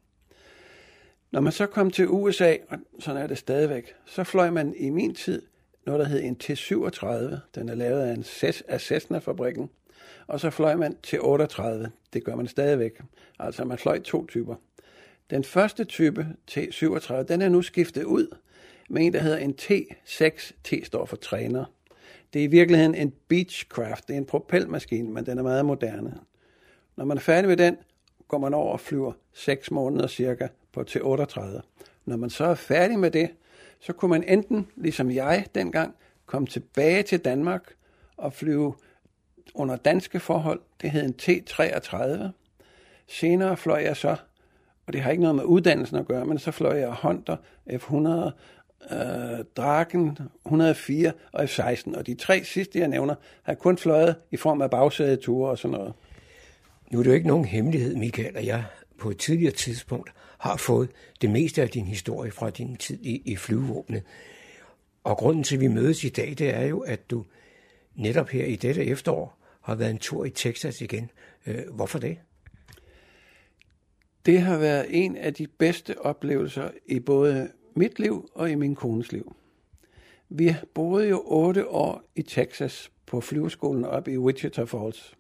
Når man så kom til USA, og sådan er det stadigvæk, så fløj man i min tid noget, der hed en T-37. Den er lavet af Cessna-fabrikken. Og så fløj man til 38. Det gør man stadigvæk. Altså man fløj 2 typer. Den første type, T-37, den er nu skiftet ud med en, der hedder en T-6. T står for træner. Det er i virkeligheden en Beechcraft. Det er en propelmaskine, men den er meget moderne. Når man er færdig med den, går man over og flyver 6 måneder cirka på T-38. Når man så er færdig med det, så kunne man enten, ligesom jeg dengang, komme tilbage til Danmark og flyve under danske forhold. Det hed en T-33. Senere fløj jeg så, og det har ikke noget med uddannelsen at gøre, men så fløj jeg Hunter, F-100, Draken, 104 og F-16. Og de 3 sidste, jeg nævner, har kun fløjet i form af bagsædeture og sådan noget. Nu er det jo ikke nogen hemmelighed, Michael, at jeg på et tidligere tidspunkt har fået det meste af din historie fra din tid i flyvevåbnet. Og grunden til, at vi mødes i dag, det er jo, at du netop her i dette efterår har været en tur i Texas igen. Hvorfor det? Det har været en af de bedste oplevelser i både mit liv og i min kones liv. Vi boede jo 8 år i Texas på flyveskolen op i Wichita Falls.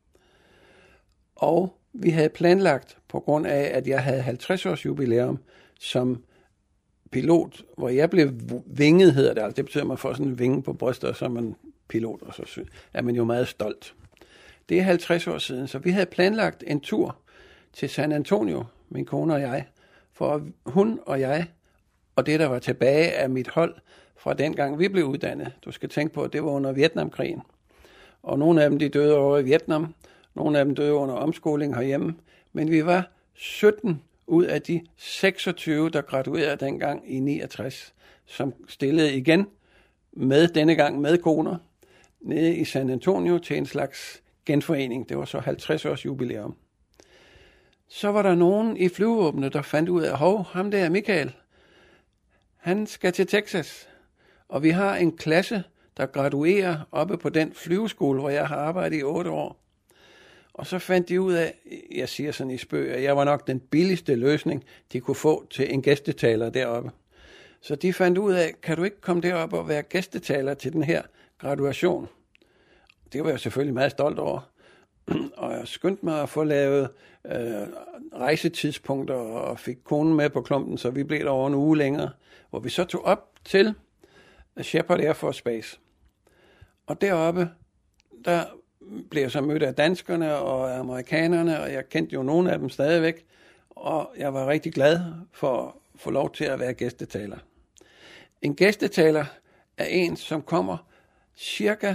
Og vi havde planlagt, på grund af, at jeg havde 50-års jubilæum som pilot, hvor jeg blev vinget, hedder det. Altså, det betyder, at man får sådan en vinge på brystet, og så er man pilot, og så er man jo meget stolt. Det er 50 år siden, så vi havde planlagt en tur til San Antonio, min kone og jeg, for hun og jeg, og det, der var tilbage af mit hold fra dengang vi blev uddannet. Du skal tænke på, at det var under Vietnamkrigen. Og nogle af dem, de døde over i Vietnam. Nogle af dem døde under omskoling herhjemme. Men vi var 17 ud af de 26, der graduerede dengang i 69, som stillede igen denne gang med koner, nede i San Antonio til en slags genforening. Det var så 50 års jubilæum. Så var der nogen i flyvevåbnet, der fandt ud af, ham der Michael, han skal til Texas. Og vi har en klasse, der graduerer oppe på den flyveskole, hvor jeg har arbejdet i 8 år. Og så fandt de ud af, jeg siger sådan i spøg, at jeg var nok den billigste løsning, de kunne få til en gæstetaler deroppe. Så de fandt ud af, kan du ikke komme derop og være gæstetaler til den her graduation? Det var jeg selvfølgelig meget stolt over. Og jeg skyndte mig at få lavet rejsetidspunkter og fik konen med på klumpen, så vi blev der over en uge længere, hvor vi så tog op til Sheppard Air Force Base. Og deroppe, der blev jeg så mødt af danskerne og amerikanerne, og jeg kendte jo nogle af dem stadigvæk, og jeg var rigtig glad for at få lov til at være gæstetaler. En gæstetaler er en, som kommer cirka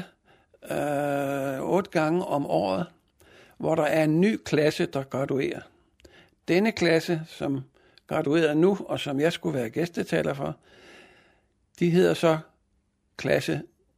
8 gange om året, hvor der er en ny klasse, der graduerer. Denne klasse, som graduerer nu, og som jeg skulle være gæstetaler for, de hedder så klasse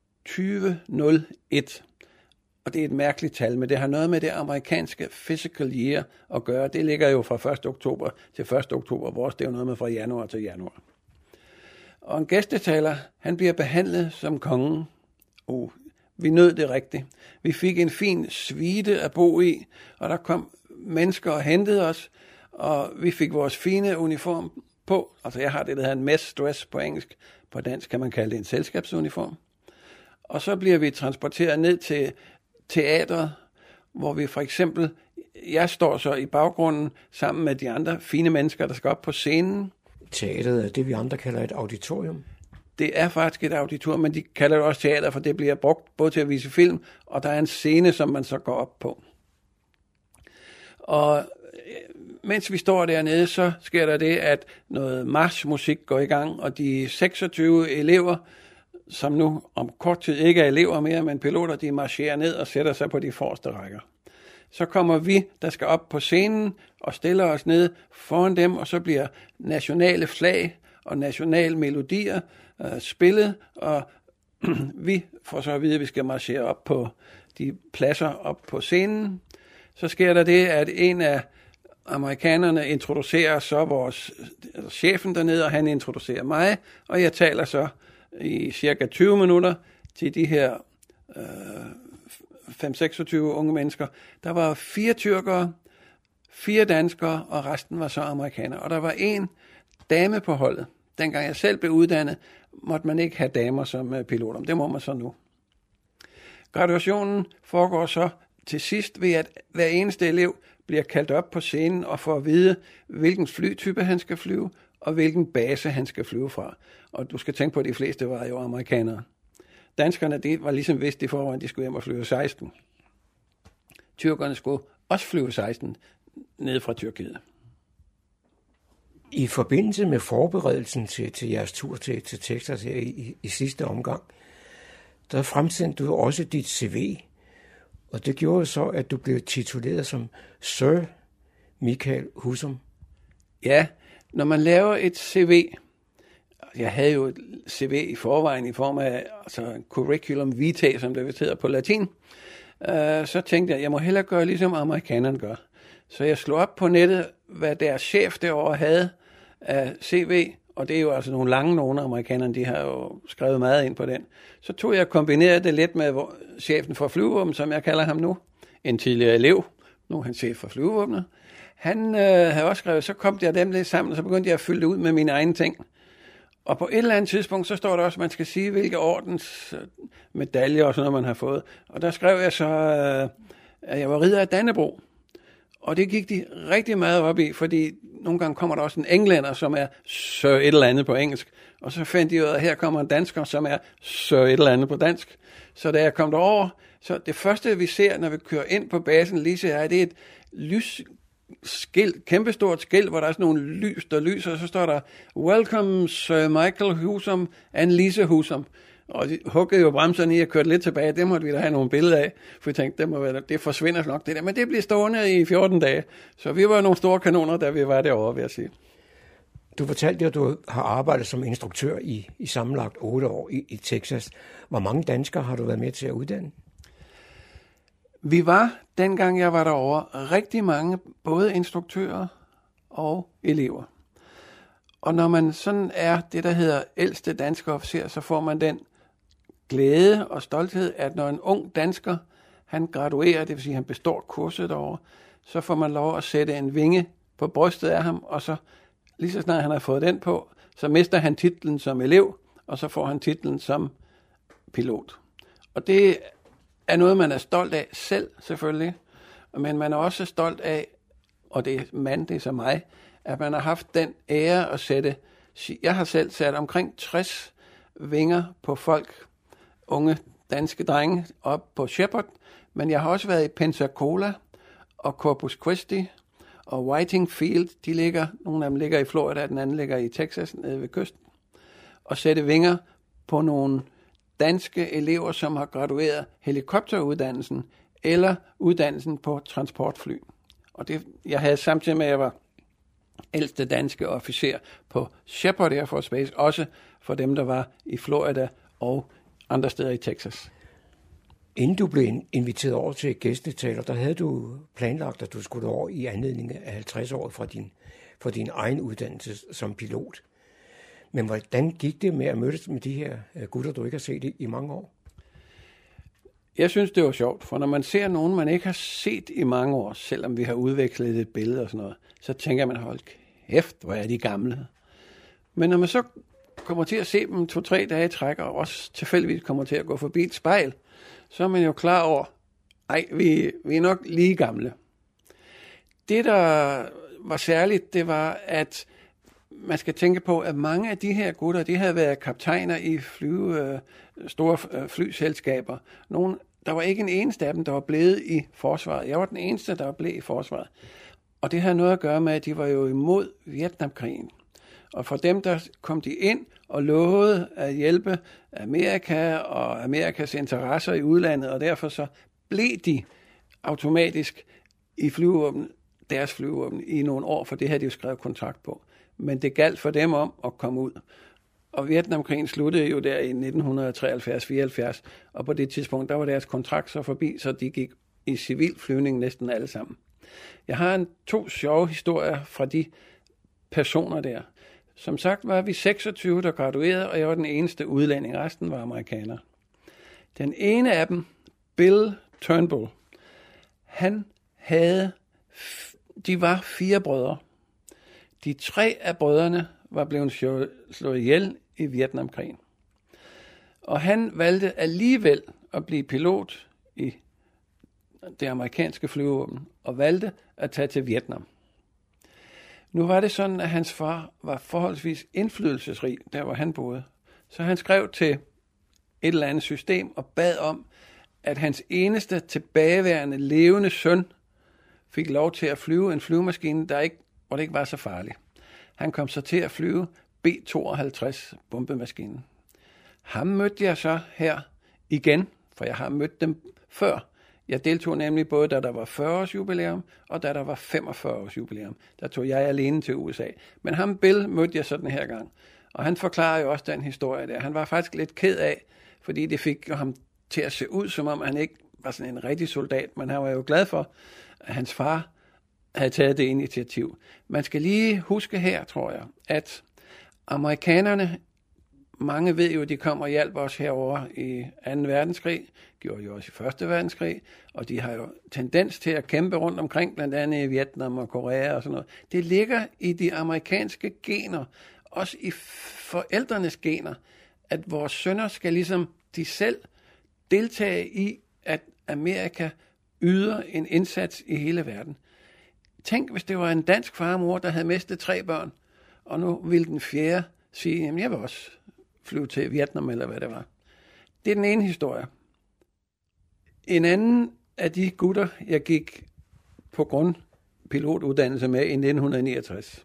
2001. Og det er et mærkeligt tal, men det har noget med det amerikanske fiscal year at gøre. Det ligger jo fra 1. oktober til 1. oktober. Vores, det er jo noget med fra januar til januar. Og en gæstetaler, han bliver behandlet som kongen. Vi nød det rigtigt. Vi fik en fin suite at bo i, og der kom mennesker og hentede os, og vi fik vores fine uniform på. Altså jeg har det, der hedder en mess dress på engelsk. På dansk kan man kalde det en selskabsuniform. Og så bliver vi transporteret ned til teatret, hvor vi for eksempel, jeg står så i baggrunden sammen med de andre fine mennesker, der skal op på scenen. Teatret er det, vi andre kalder et auditorium. Det er faktisk et auditorium, men de kalder det også teater, for det bliver brugt både til at vise film, og der er en scene, som man så går op på. Og mens vi står dernede, så sker der det, at noget marchmusik går i gang, og de 26 elever, som nu om kort tid ikke er elever mere, men piloter, de marcherer ned og sætter sig på de forreste rækker. Så kommer vi, der skal op på scenen, og stiller os ned foran dem, og så bliver nationale flag og nationale melodier spillet, og vi får så at vide, at vi skal marchere op på de pladser op på scenen. Så sker der det, at en af amerikanerne introducerer så chefen dernede, og han introducerer mig, og jeg taler så i cirka 20 minutter til de her 5-26 unge mennesker. Der var 4 tyrkere, 4 danskere, og resten var så amerikanere. Og der var en dame på holdet. Dengang jeg selv blev uddannet, måtte man ikke have damer som piloter. Det må man så nu. Graduationen foregår så til sidst ved, at hver eneste elev bliver kaldt op på scenen og får at vide, hvilken flytype han skal flyve, og hvilken base han skal flyve fra. Og du skal tænke på, at de fleste var jo amerikanere. Danskerne, det var ligesom vidst i forvejen, de skulle hjem og flyve 16. Tyrkerne skulle også flyve 16 ned fra Tyrkiet. I forbindelse med forberedelsen til jeres tur til Texas her i sidste omgang, der fremsendte du også dit CV, og det gjorde så, at du blev tituleret som Sir Michael Husum. Ja, når man laver et CV, jeg havde jo et CV i forvejen i form af curriculum vitae, som det hedder på latin, så tænkte jeg må hellere gøre ligesom amerikanerne gør. Så jeg slog op på nettet, hvad deres chef derovre havde af CV, og det er jo altså nogle lange nogle amerikanerne, de har jo skrevet meget ind på den. Så tog jeg og kombinerede det lidt med chefen for flyvevåbnet, som jeg kalder ham nu, en tidligere elev, nu er han chef for flyvevåbnet. Han havde også skrevet, så kom jeg dem lidt sammen, og så begyndte jeg at fylde det ud med mine egne ting. Og på et eller andet tidspunkt, så står der også, at man skal sige, hvilke ordens medaljer og sådan noget, man har fået. Og der skrev jeg så, at jeg var ridder af Dannebrog. Og det gik de rigtig meget op i, fordi nogle gange kommer der også en englænder, som er Sir et eller andet på engelsk. Og så fandt de ud af, at her kommer en dansker, som er Sir et eller andet på dansk. Så da jeg kom derover, så det første vi ser, når vi kører ind på basen, lige så er det et lysskilt, kæmpestort skilt, hvor der er sådan nogle lys, der lyser, og så står der, Welcome Sir Michael Husum and Lise Husum. Og de huggede jo bremserne i og kørte lidt tilbage. Det måtte vi da have nogle billeder af, for vi tænkte, det forsvinder nok det der. Men det bliver stående i 14 dage. Så vi var nogle store kanoner, da vi var derovre, vil jeg sige. Du fortalte, at du har arbejdet som instruktør i sammenlagt 8 år i Texas. Hvor mange danskere har du været med til at uddanne? Vi var, dengang jeg var derovre, rigtig mange, både instruktører og elever. Og når man sådan er det, der hedder ældste danske officer, så får man den glæde og stolthed, at når en ung dansker, han graduerer, det vil sige, han består kurset derovre, så får man lov at sætte en vinge på brystet af ham, og så lige så snart han har fået den på, så mister han titlen som elev, og så får han titlen som pilot. Og det er noget, man er stolt af selv, selvfølgelig, men man er også stolt af, og det er så mig, at man har haft den ære at sætte, jeg har selv sat omkring 60 vinger på folk, unge danske drenge, op på Shepard, men jeg har også været i Pensacola og Corpus Christi og Whiting Field. Nogle af dem ligger i Florida, den anden ligger i Texas, nede ved kysten, og sætte vinger på nogle danske elever, som har gradueret helikopteruddannelsen eller uddannelsen på transportfly. Og det, jeg havde samtidig med, at jeg var ældste danske officer på Shepard Air Force Base, også for dem, der var i Florida og andre steder i Texas. Inden du blev inviteret over til gæstetaler, der havde du planlagt, at du skulle over i anledning af 50 år fra din egen uddannelse som pilot. Men hvordan gik det med at mødes med de her gutter, du ikke har set i mange år? Jeg synes, det var sjovt, for når man ser nogen, man ikke har set i mange år, selvom vi har udvekslet et billede og sådan noget, så tænker man, hold kæft, hvor er de gamle. Men når man så kommer til at se dem 2-3 dage i træk, og også tilfældigvis kommer til at gå forbi et spejl, så er man jo klar over, vi er nok lige gamle. Det, der var særligt, det var, at man skal tænke på, at mange af de her gutter, de havde været kaptajner i store flyselskaber. Der var ikke en eneste af dem, der var blevet i forsvaret. Jeg var den eneste, der var blevet i forsvaret. Og det havde noget at gøre med, at de var jo imod Vietnamkrigen. Og for dem, der kom de ind og lovede at hjælpe Amerika og Amerikas interesser i udlandet, og derfor så blev de automatisk i deres flyvåben i nogle år, for det havde de jo skrevet kontrakt på. Men det galt for dem om at komme ud. Og Vietnamkrigen sluttede jo der i 1973-74, og på det tidspunkt, der var deres kontrakt så forbi, så de gik i civilflyvning næsten alle sammen. Jeg har 2 sjove historier fra de personer der. Som sagt var vi 26, der graduerede, og jeg var den eneste udlænding. Resten var amerikanere. Den ene af dem, Bill Turnbull, de var 4 brødre. De 3 af brødrene var blevet slået ihjel i Vietnamkrigen. Og han valgte alligevel at blive pilot i det amerikanske flyvåben, og valgte at tage til Vietnam. Nu var det sådan, at hans far var forholdsvis indflydelsesrig, der hvor han boede. Så han skrev til et eller andet system og bad om, at hans eneste tilbageværende levende søn fik lov til at flyve en flyvemaskine, hvor det ikke var så farligt. Han kom så til at flyve B-52 bombemaskinen. Ham mødte jeg så her igen, for jeg har mødt dem før. Jeg deltog nemlig både, da der var 40-års jubilæum, og da der var 45-års jubilæum. Der tog jeg alene til USA. Men ham Bill mødte jeg så den her gang. Og han forklarer jo også den historie der. Han var faktisk lidt ked af, fordi det fik jo ham til at se ud, som om han ikke var sådan en rigtig soldat. Men han var jo glad for, at hans far havde taget det initiativ. Man skal lige huske her, tror jeg, at amerikanerne, mange ved jo, at de kom og hjalp os herover i 2. verdenskrig, gjorde jo også i 1. verdenskrig, og de har jo tendens til at kæmpe rundt omkring, blandt andet i Vietnam og Korea og sådan noget. Det ligger i de amerikanske gener, også i forældrenes gener, at vores sønner skal ligesom de selv deltage i, at Amerika yder en indsats i hele verden. Tænk, hvis det var en dansk far og mor, der havde mistet 3 børn, og nu ville den 4. sige, jamen jeg vil også flyve til Vietnam, eller hvad det var. Det er den ene historie. En anden af de gutter, jeg gik på grundpilotuddannelse med i 1969.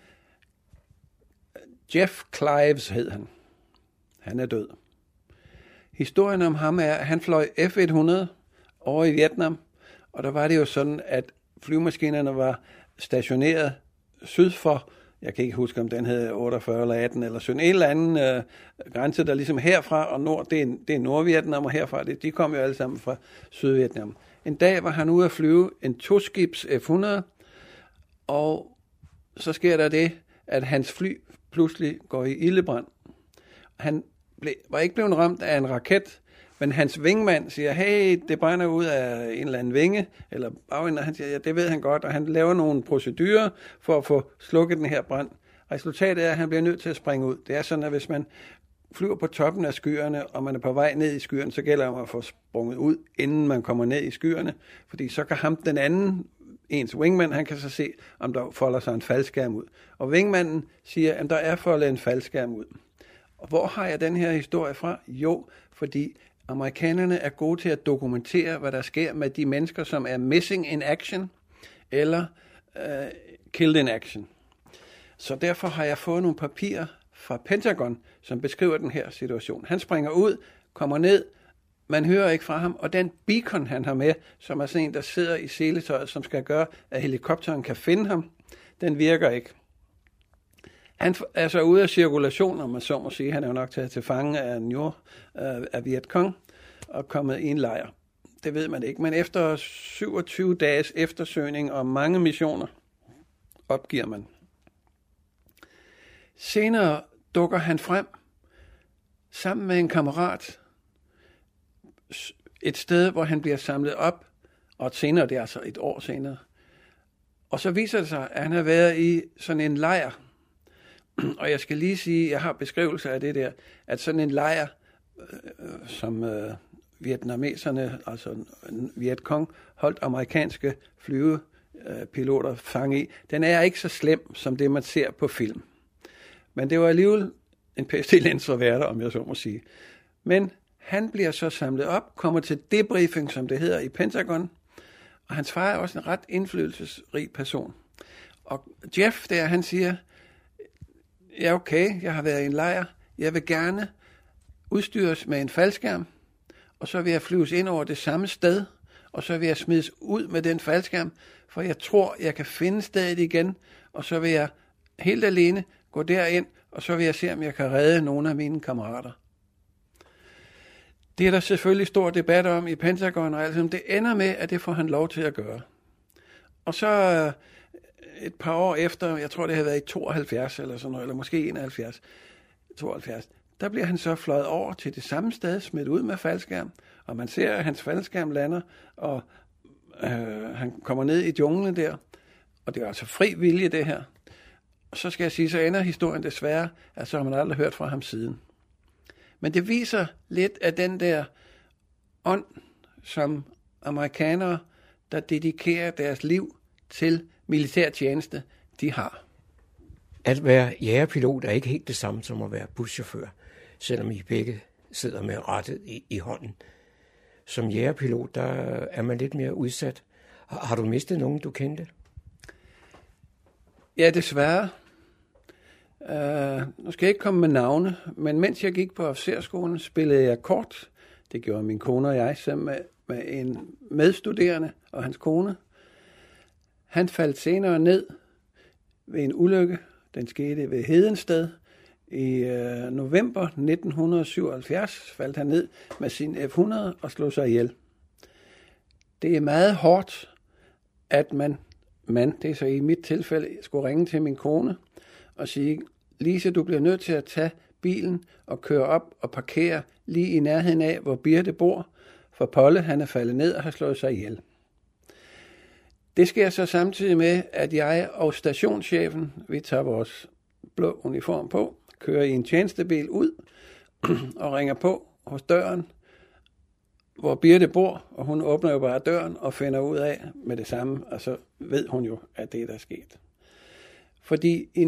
Jeff Clives hed han. Han er død. Historien om ham er, at han fløj F-100 over i Vietnam, og der var det jo sådan, at flyvemaskinerne var stationeret syd for, jeg kan ikke huske, om den hed 48 eller 18 eller sådan en eller anden grænse, der ligesom herfra og nord, det er Nordvietnam, og herfra, de kom jo alle sammen fra Sydvietnam. En dag var han ude at flyve en 2-skibs F-100, og så sker der det, at hans fly pludselig går i ildebrand. Han var ikke blevet ramt af en raket, men hans vingmand siger, hey, det brænder ud af en eller anden vinge, eller bagenden, han siger, ja, det ved han godt, og han laver nogle procedurer for at få slukket den her brand. Resultatet er, at han bliver nødt til at springe ud. Det er sådan, at hvis man flyver på toppen af skyerne, og man er på vej ned i skyerne, så gælder det om at få sprunget ud, inden man kommer ned i skyerne, fordi så kan ham den anden, ens wingman, han kan så se, om der folder sig en faldskærm ud. Og wingmanden siger, at der er foldet en faldskærm ud. Og hvor har jeg den her historie fra? Jo, fordi amerikanerne er gode til at dokumentere, hvad der sker med de mennesker, som er missing in action, eller killed in action. Så derfor har jeg fået nogle papirer fra Pentagon, som beskriver den her situation. Han springer ud, kommer ned, man hører ikke fra ham, og den beacon, han har med, som er sådan en, der sidder i seletøjet, som skal gøre, at helikopteren kan finde ham, den virker ikke. Han er så ude af cirkulation, om man så må sige. Han er jo nok taget til fange af Vietcong og kommet i en lejr. Det ved man ikke, men efter 27 dages eftersøgning og mange missioner, opgiver man. Senere dukker han frem sammen med en kammerat et sted, hvor han bliver samlet op, og senere, det er altså et år senere. Og så viser det sig, at han har været i sådan en lejr. Og jeg skal lige sige, jeg har beskrivelser af det der, at sådan en lejr, som vietnameserne, altså Vietcong, holdt amerikanske flyvepiloter fange i, den er ikke så slem, som det man ser på film. Men det var alligevel en pestilens for være der, om jeg så må sige. Men han bliver så samlet op, kommer til debriefing, som det hedder i Pentagon, og hans far er også en ret indflydelsesrig person. Og Jeff der, han siger, ja okay, jeg har været i en lejr, jeg vil gerne udstyres med en faldskærm, og så vil jeg flyves ind over det samme sted, og så vil jeg smides ud med den faldskærm, for jeg tror, jeg kan finde stedet igen, og så vil jeg helt alene gå derind, og så vil jeg se, om jeg kan redde nogle af mine kammerater. Det er der selvfølgelig stor debat om i Pentagon, og altså, det ender med, at det får han lov til at gøre. Og så et par år efter, jeg tror det havde været i 72 eller sådan noget, eller måske 72, der bliver han så fløjet over til det samme sted, smidt ud med faldskærm, og man ser, at hans faldskærm lander, og han kommer ned i junglen der, og det er altså fri vilje det her. Og så skal jeg sige, så ender historien desværre, at så har man aldrig hørt fra ham siden. Men det viser lidt af den der ånd, som amerikanere, der dedikerer deres liv til militærtjeneste, de har. At være jægerpilot er ikke helt det samme som at være buschauffør, selvom I begge sidder med rattet i hånden. Som jægerpilot, der er man lidt mere udsat. Har du mistet nogen, du kendte? Ja, desværre. Nu skal jeg ikke komme med navne, men mens jeg gik på officerskolen, spillede jeg kort. Det gjorde min kone og jeg sammen med en medstuderende og hans kone. Han faldt senere ned ved en ulykke. Den skete ved Hedensted. I november 1977 faldt han ned med sin F-100 og slog sig ihjel. Det er meget hårdt, at man, det er så i mit tilfælde, skulle ringe til min kone og sige, Lise, du bliver nødt til at tage bilen og køre op og parkere lige i nærheden af, hvor Birte bor, for Polle, han er faldet ned og har slået sig ihjel. Det sker så samtidig med, at jeg og stationschefen, vi tager vores blå uniform på, kører i en tjenestebil ud og ringer på hos døren, hvor Birte bor, og hun åbner jo bare døren og finder ud af med det samme, og så ved hun jo, at det er der er sket. Fordi i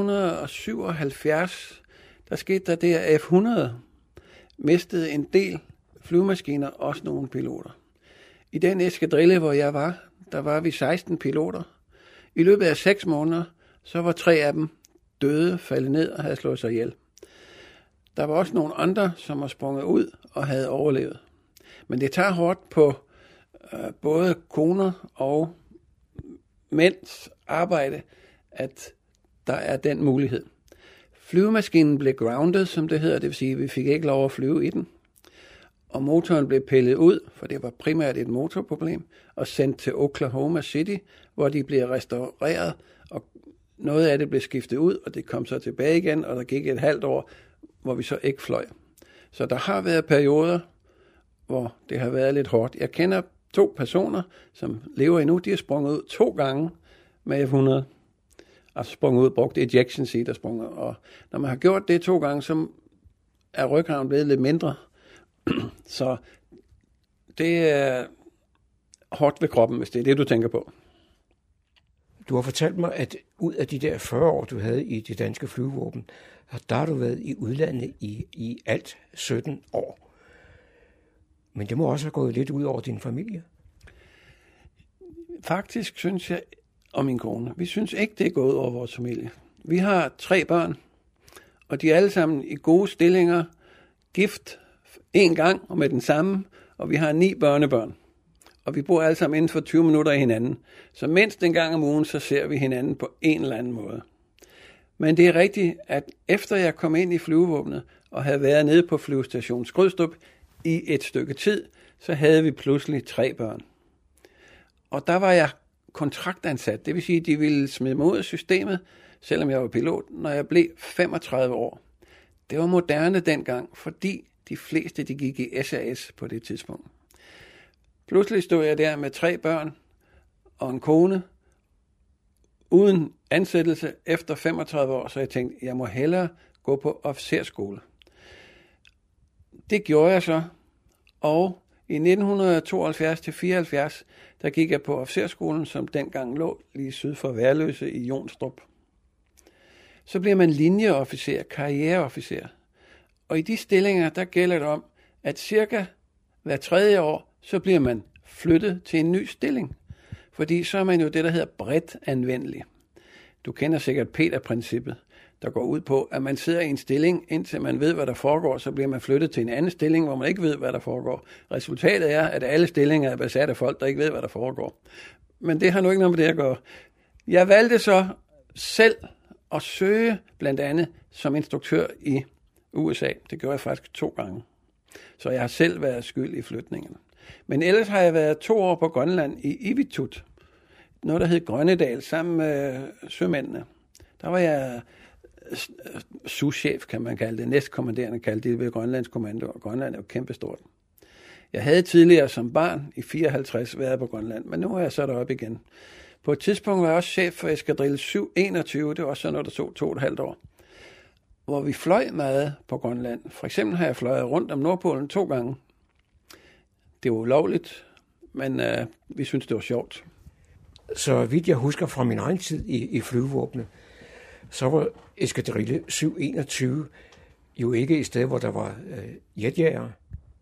1977, der skete der det, at F-100 mistede en del flyvemaskiner, også nogle piloter. I den eskadrille, hvor jeg var, der var vi 16 piloter. I løbet af 6 måneder, så var 3 af dem døde, faldet ned og havde slået sig ihjel. Der var også nogle andre, som var sprunget ud og havde overlevet. Men det tager hårdt på både koner og mænds arbejde, at der er den mulighed. Flyvemaskinen blev grounded, som det hedder, det vil sige, at vi fik ikke lov at flyve i den. Og motoren blev pillet ud, for det var primært et motorproblem, og sendt til Oklahoma City, hvor de blev restaureret og noget af det blev skiftet ud, og det kom så tilbage igen, og der gik et halvt år, hvor vi så ikke fløj. Så der har været perioder, hvor det har været lidt hårdt. Jeg kender 2 personer, som lever endnu. De har sprunget ud 2 gange med F-100. Altså sprunget ud, brugt ejection seat og sprunget. Og når man har gjort det 2 gange, så er ryggraden blevet lidt mindre. Så det er hårdt ved kroppen, hvis det er det, du tænker på. Du har fortalt mig, at ud af de der 40 år, du havde i det danske flyvevåben, der har du været i udlandet i alt 17 år. Men det må også have gået lidt ud over din familie. Faktisk synes jeg, og min kone, vi synes ikke, det er gået over vores familie. Vi har 3 børn, og de er alle sammen i gode stillinger, gift 1 gang og med den samme, og vi har 9 børnebørn. Og vi bor alle sammen inden for 20 minutter af hinanden. Så mindst en gang om ugen, så ser vi hinanden på en eller anden måde. Men det er rigtigt, at efter jeg kom ind i flyvevåbnet og havde været nede på flyvestation Skrydstrup i et stykke tid, så havde vi pludselig 3 børn. Og der var jeg kontraktansat, det vil sige, at de ville smide mig ud af systemet, selvom jeg var pilot, når jeg blev 35 år. Det var moderne dengang, fordi de fleste de gik i SAS på det tidspunkt. Pludselig stod jeg der med 3 børn og en kone, uden ansættelse efter 35 år, så jeg tænkte, jeg må hellere gå på officerskole. Det gjorde jeg så, og i 1972-74, der gik jeg på officerskolen, som dengang lå lige syd for Værløse i Jonstrup. Så bliver man linjeofficer, karriereofficer, og i de stillinger, der gælder det om, at cirka hver 3. år, så bliver man flyttet til en ny stilling. Fordi så er man jo det, der hedder bredt anvendelig. Du kender sikkert Peter-princippet, der går ud på, at man sidder i en stilling, indtil man ved, hvad der foregår, så bliver man flyttet til en anden stilling, hvor man ikke ved, hvad der foregår. Resultatet er, at alle stillinger er besat af folk, der ikke ved, hvad der foregår. Men det har nu ikke noget med det at gøre. Jeg valgte så selv at søge, blandt andet som instruktør i USA. Det gjorde jeg faktisk 2 gange. Så jeg har selv været skyld i flytningen. Men ellers har jeg været 2 år på Grønland i Ivitut. Noget, der hed Grønnedal, sammen med sømændene. Der var jeg souschef, kan man kalde det. Næstkommanderende kaldte det ved Grønlands Kommando. Og Grønland er jo kæmpestort. Jeg havde tidligere som barn i 54 været på Grønland, men nu er jeg så deroppe igen. På et tidspunkt var jeg også chef for eskadrille 721. Det var også sådan noget, der tog 2,5 år. Hvor vi fløj meget på Grønland. For eksempel har jeg fløjet rundt om Nordpolen 2 gange. Det var ulovligt, men vi synes det var sjovt. Så vidt jeg husker fra min egen tid i flyvevåbnet, så var eskadrille 721 jo ikke et sted, hvor der var jetjægere.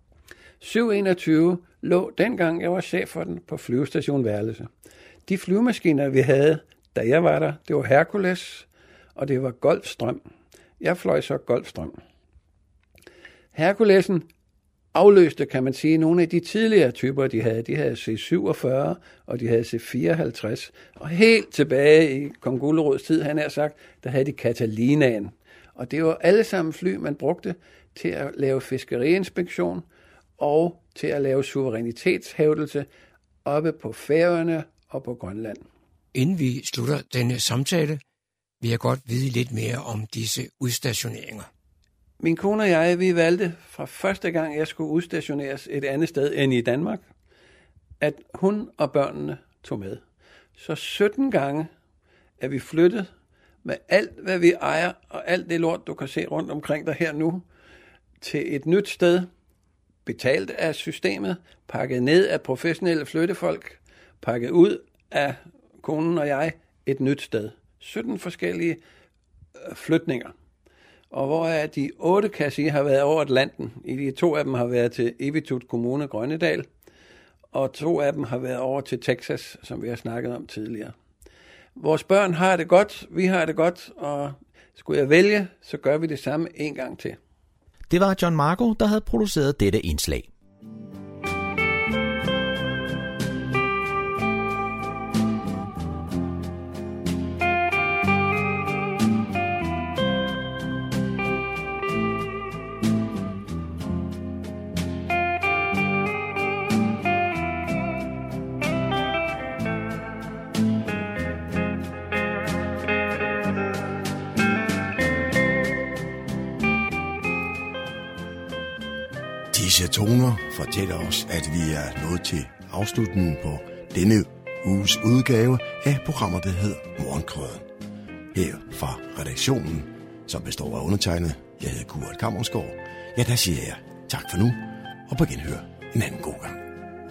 721 lå dengang, jeg var chef for den, på flyvestation Værløse. De flyvemaskiner, vi havde, da jeg var der, det var Hercules, og det var Golfstrøm. Jeg fløj så Golfstrøm. Herculesen afløste, kan man sige, nogle af de tidligere typer, de havde. De havde C-47, og de havde C-54. Og helt tilbage i Kong Gulerods tid, han har sagt, der havde de Catalinaen. Og det var alle sammen fly, man brugte til at lave fiskeriinspektion og til at lave suverænitetshævdelse oppe på Færøerne og på Grønland. Inden vi slutter denne samtale, vil jeg godt vide lidt mere om disse udstationeringer. Min kone og jeg, vi valgte fra første gang, jeg skulle udstationeres et andet sted end i Danmark, at hun og børnene tog med. Så 17 gange er vi flyttet med alt, hvad vi ejer, og alt det lort, du kan se rundt omkring dig her nu, til et nyt sted, betalt af systemet, pakket ned af professionelle flyttefolk, pakket ud af konen og jeg et nyt sted. 17 forskellige flytninger. Og hvor de 8 kasser har været over Atlanten. I de 2 af dem har været til Ivitut Kommune, Grønnedal, og 2 af dem har været over til Texas, som vi har snakket om tidligere. Vores børn har det godt, vi har det godt, og skulle jeg vælge, så gør vi det samme en gang til. Det var John Marco, der havde produceret dette indslag. Disse toner fortæller os, at vi er nået til afslutningen på denne uges udgave af programmet, der hedder Morgenkrøden. Her fra redaktionen, som består af undertegnet, jeg hedder Kurt Kammersgaard. Ja, der siger jeg tak for nu, og på genhør en anden god gang.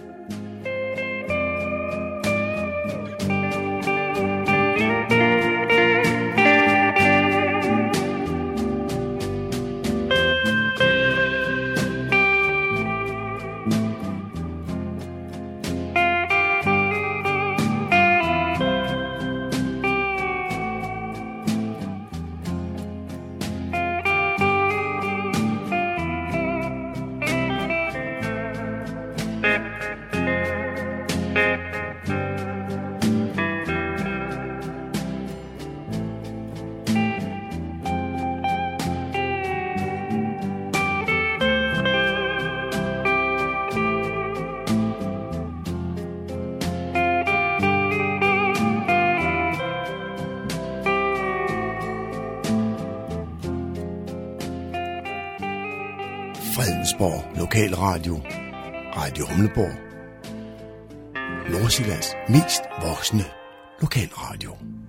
Fredensborg Lokalradio, Radio Humleborg, Nordsjællands mest voksne lokalradio.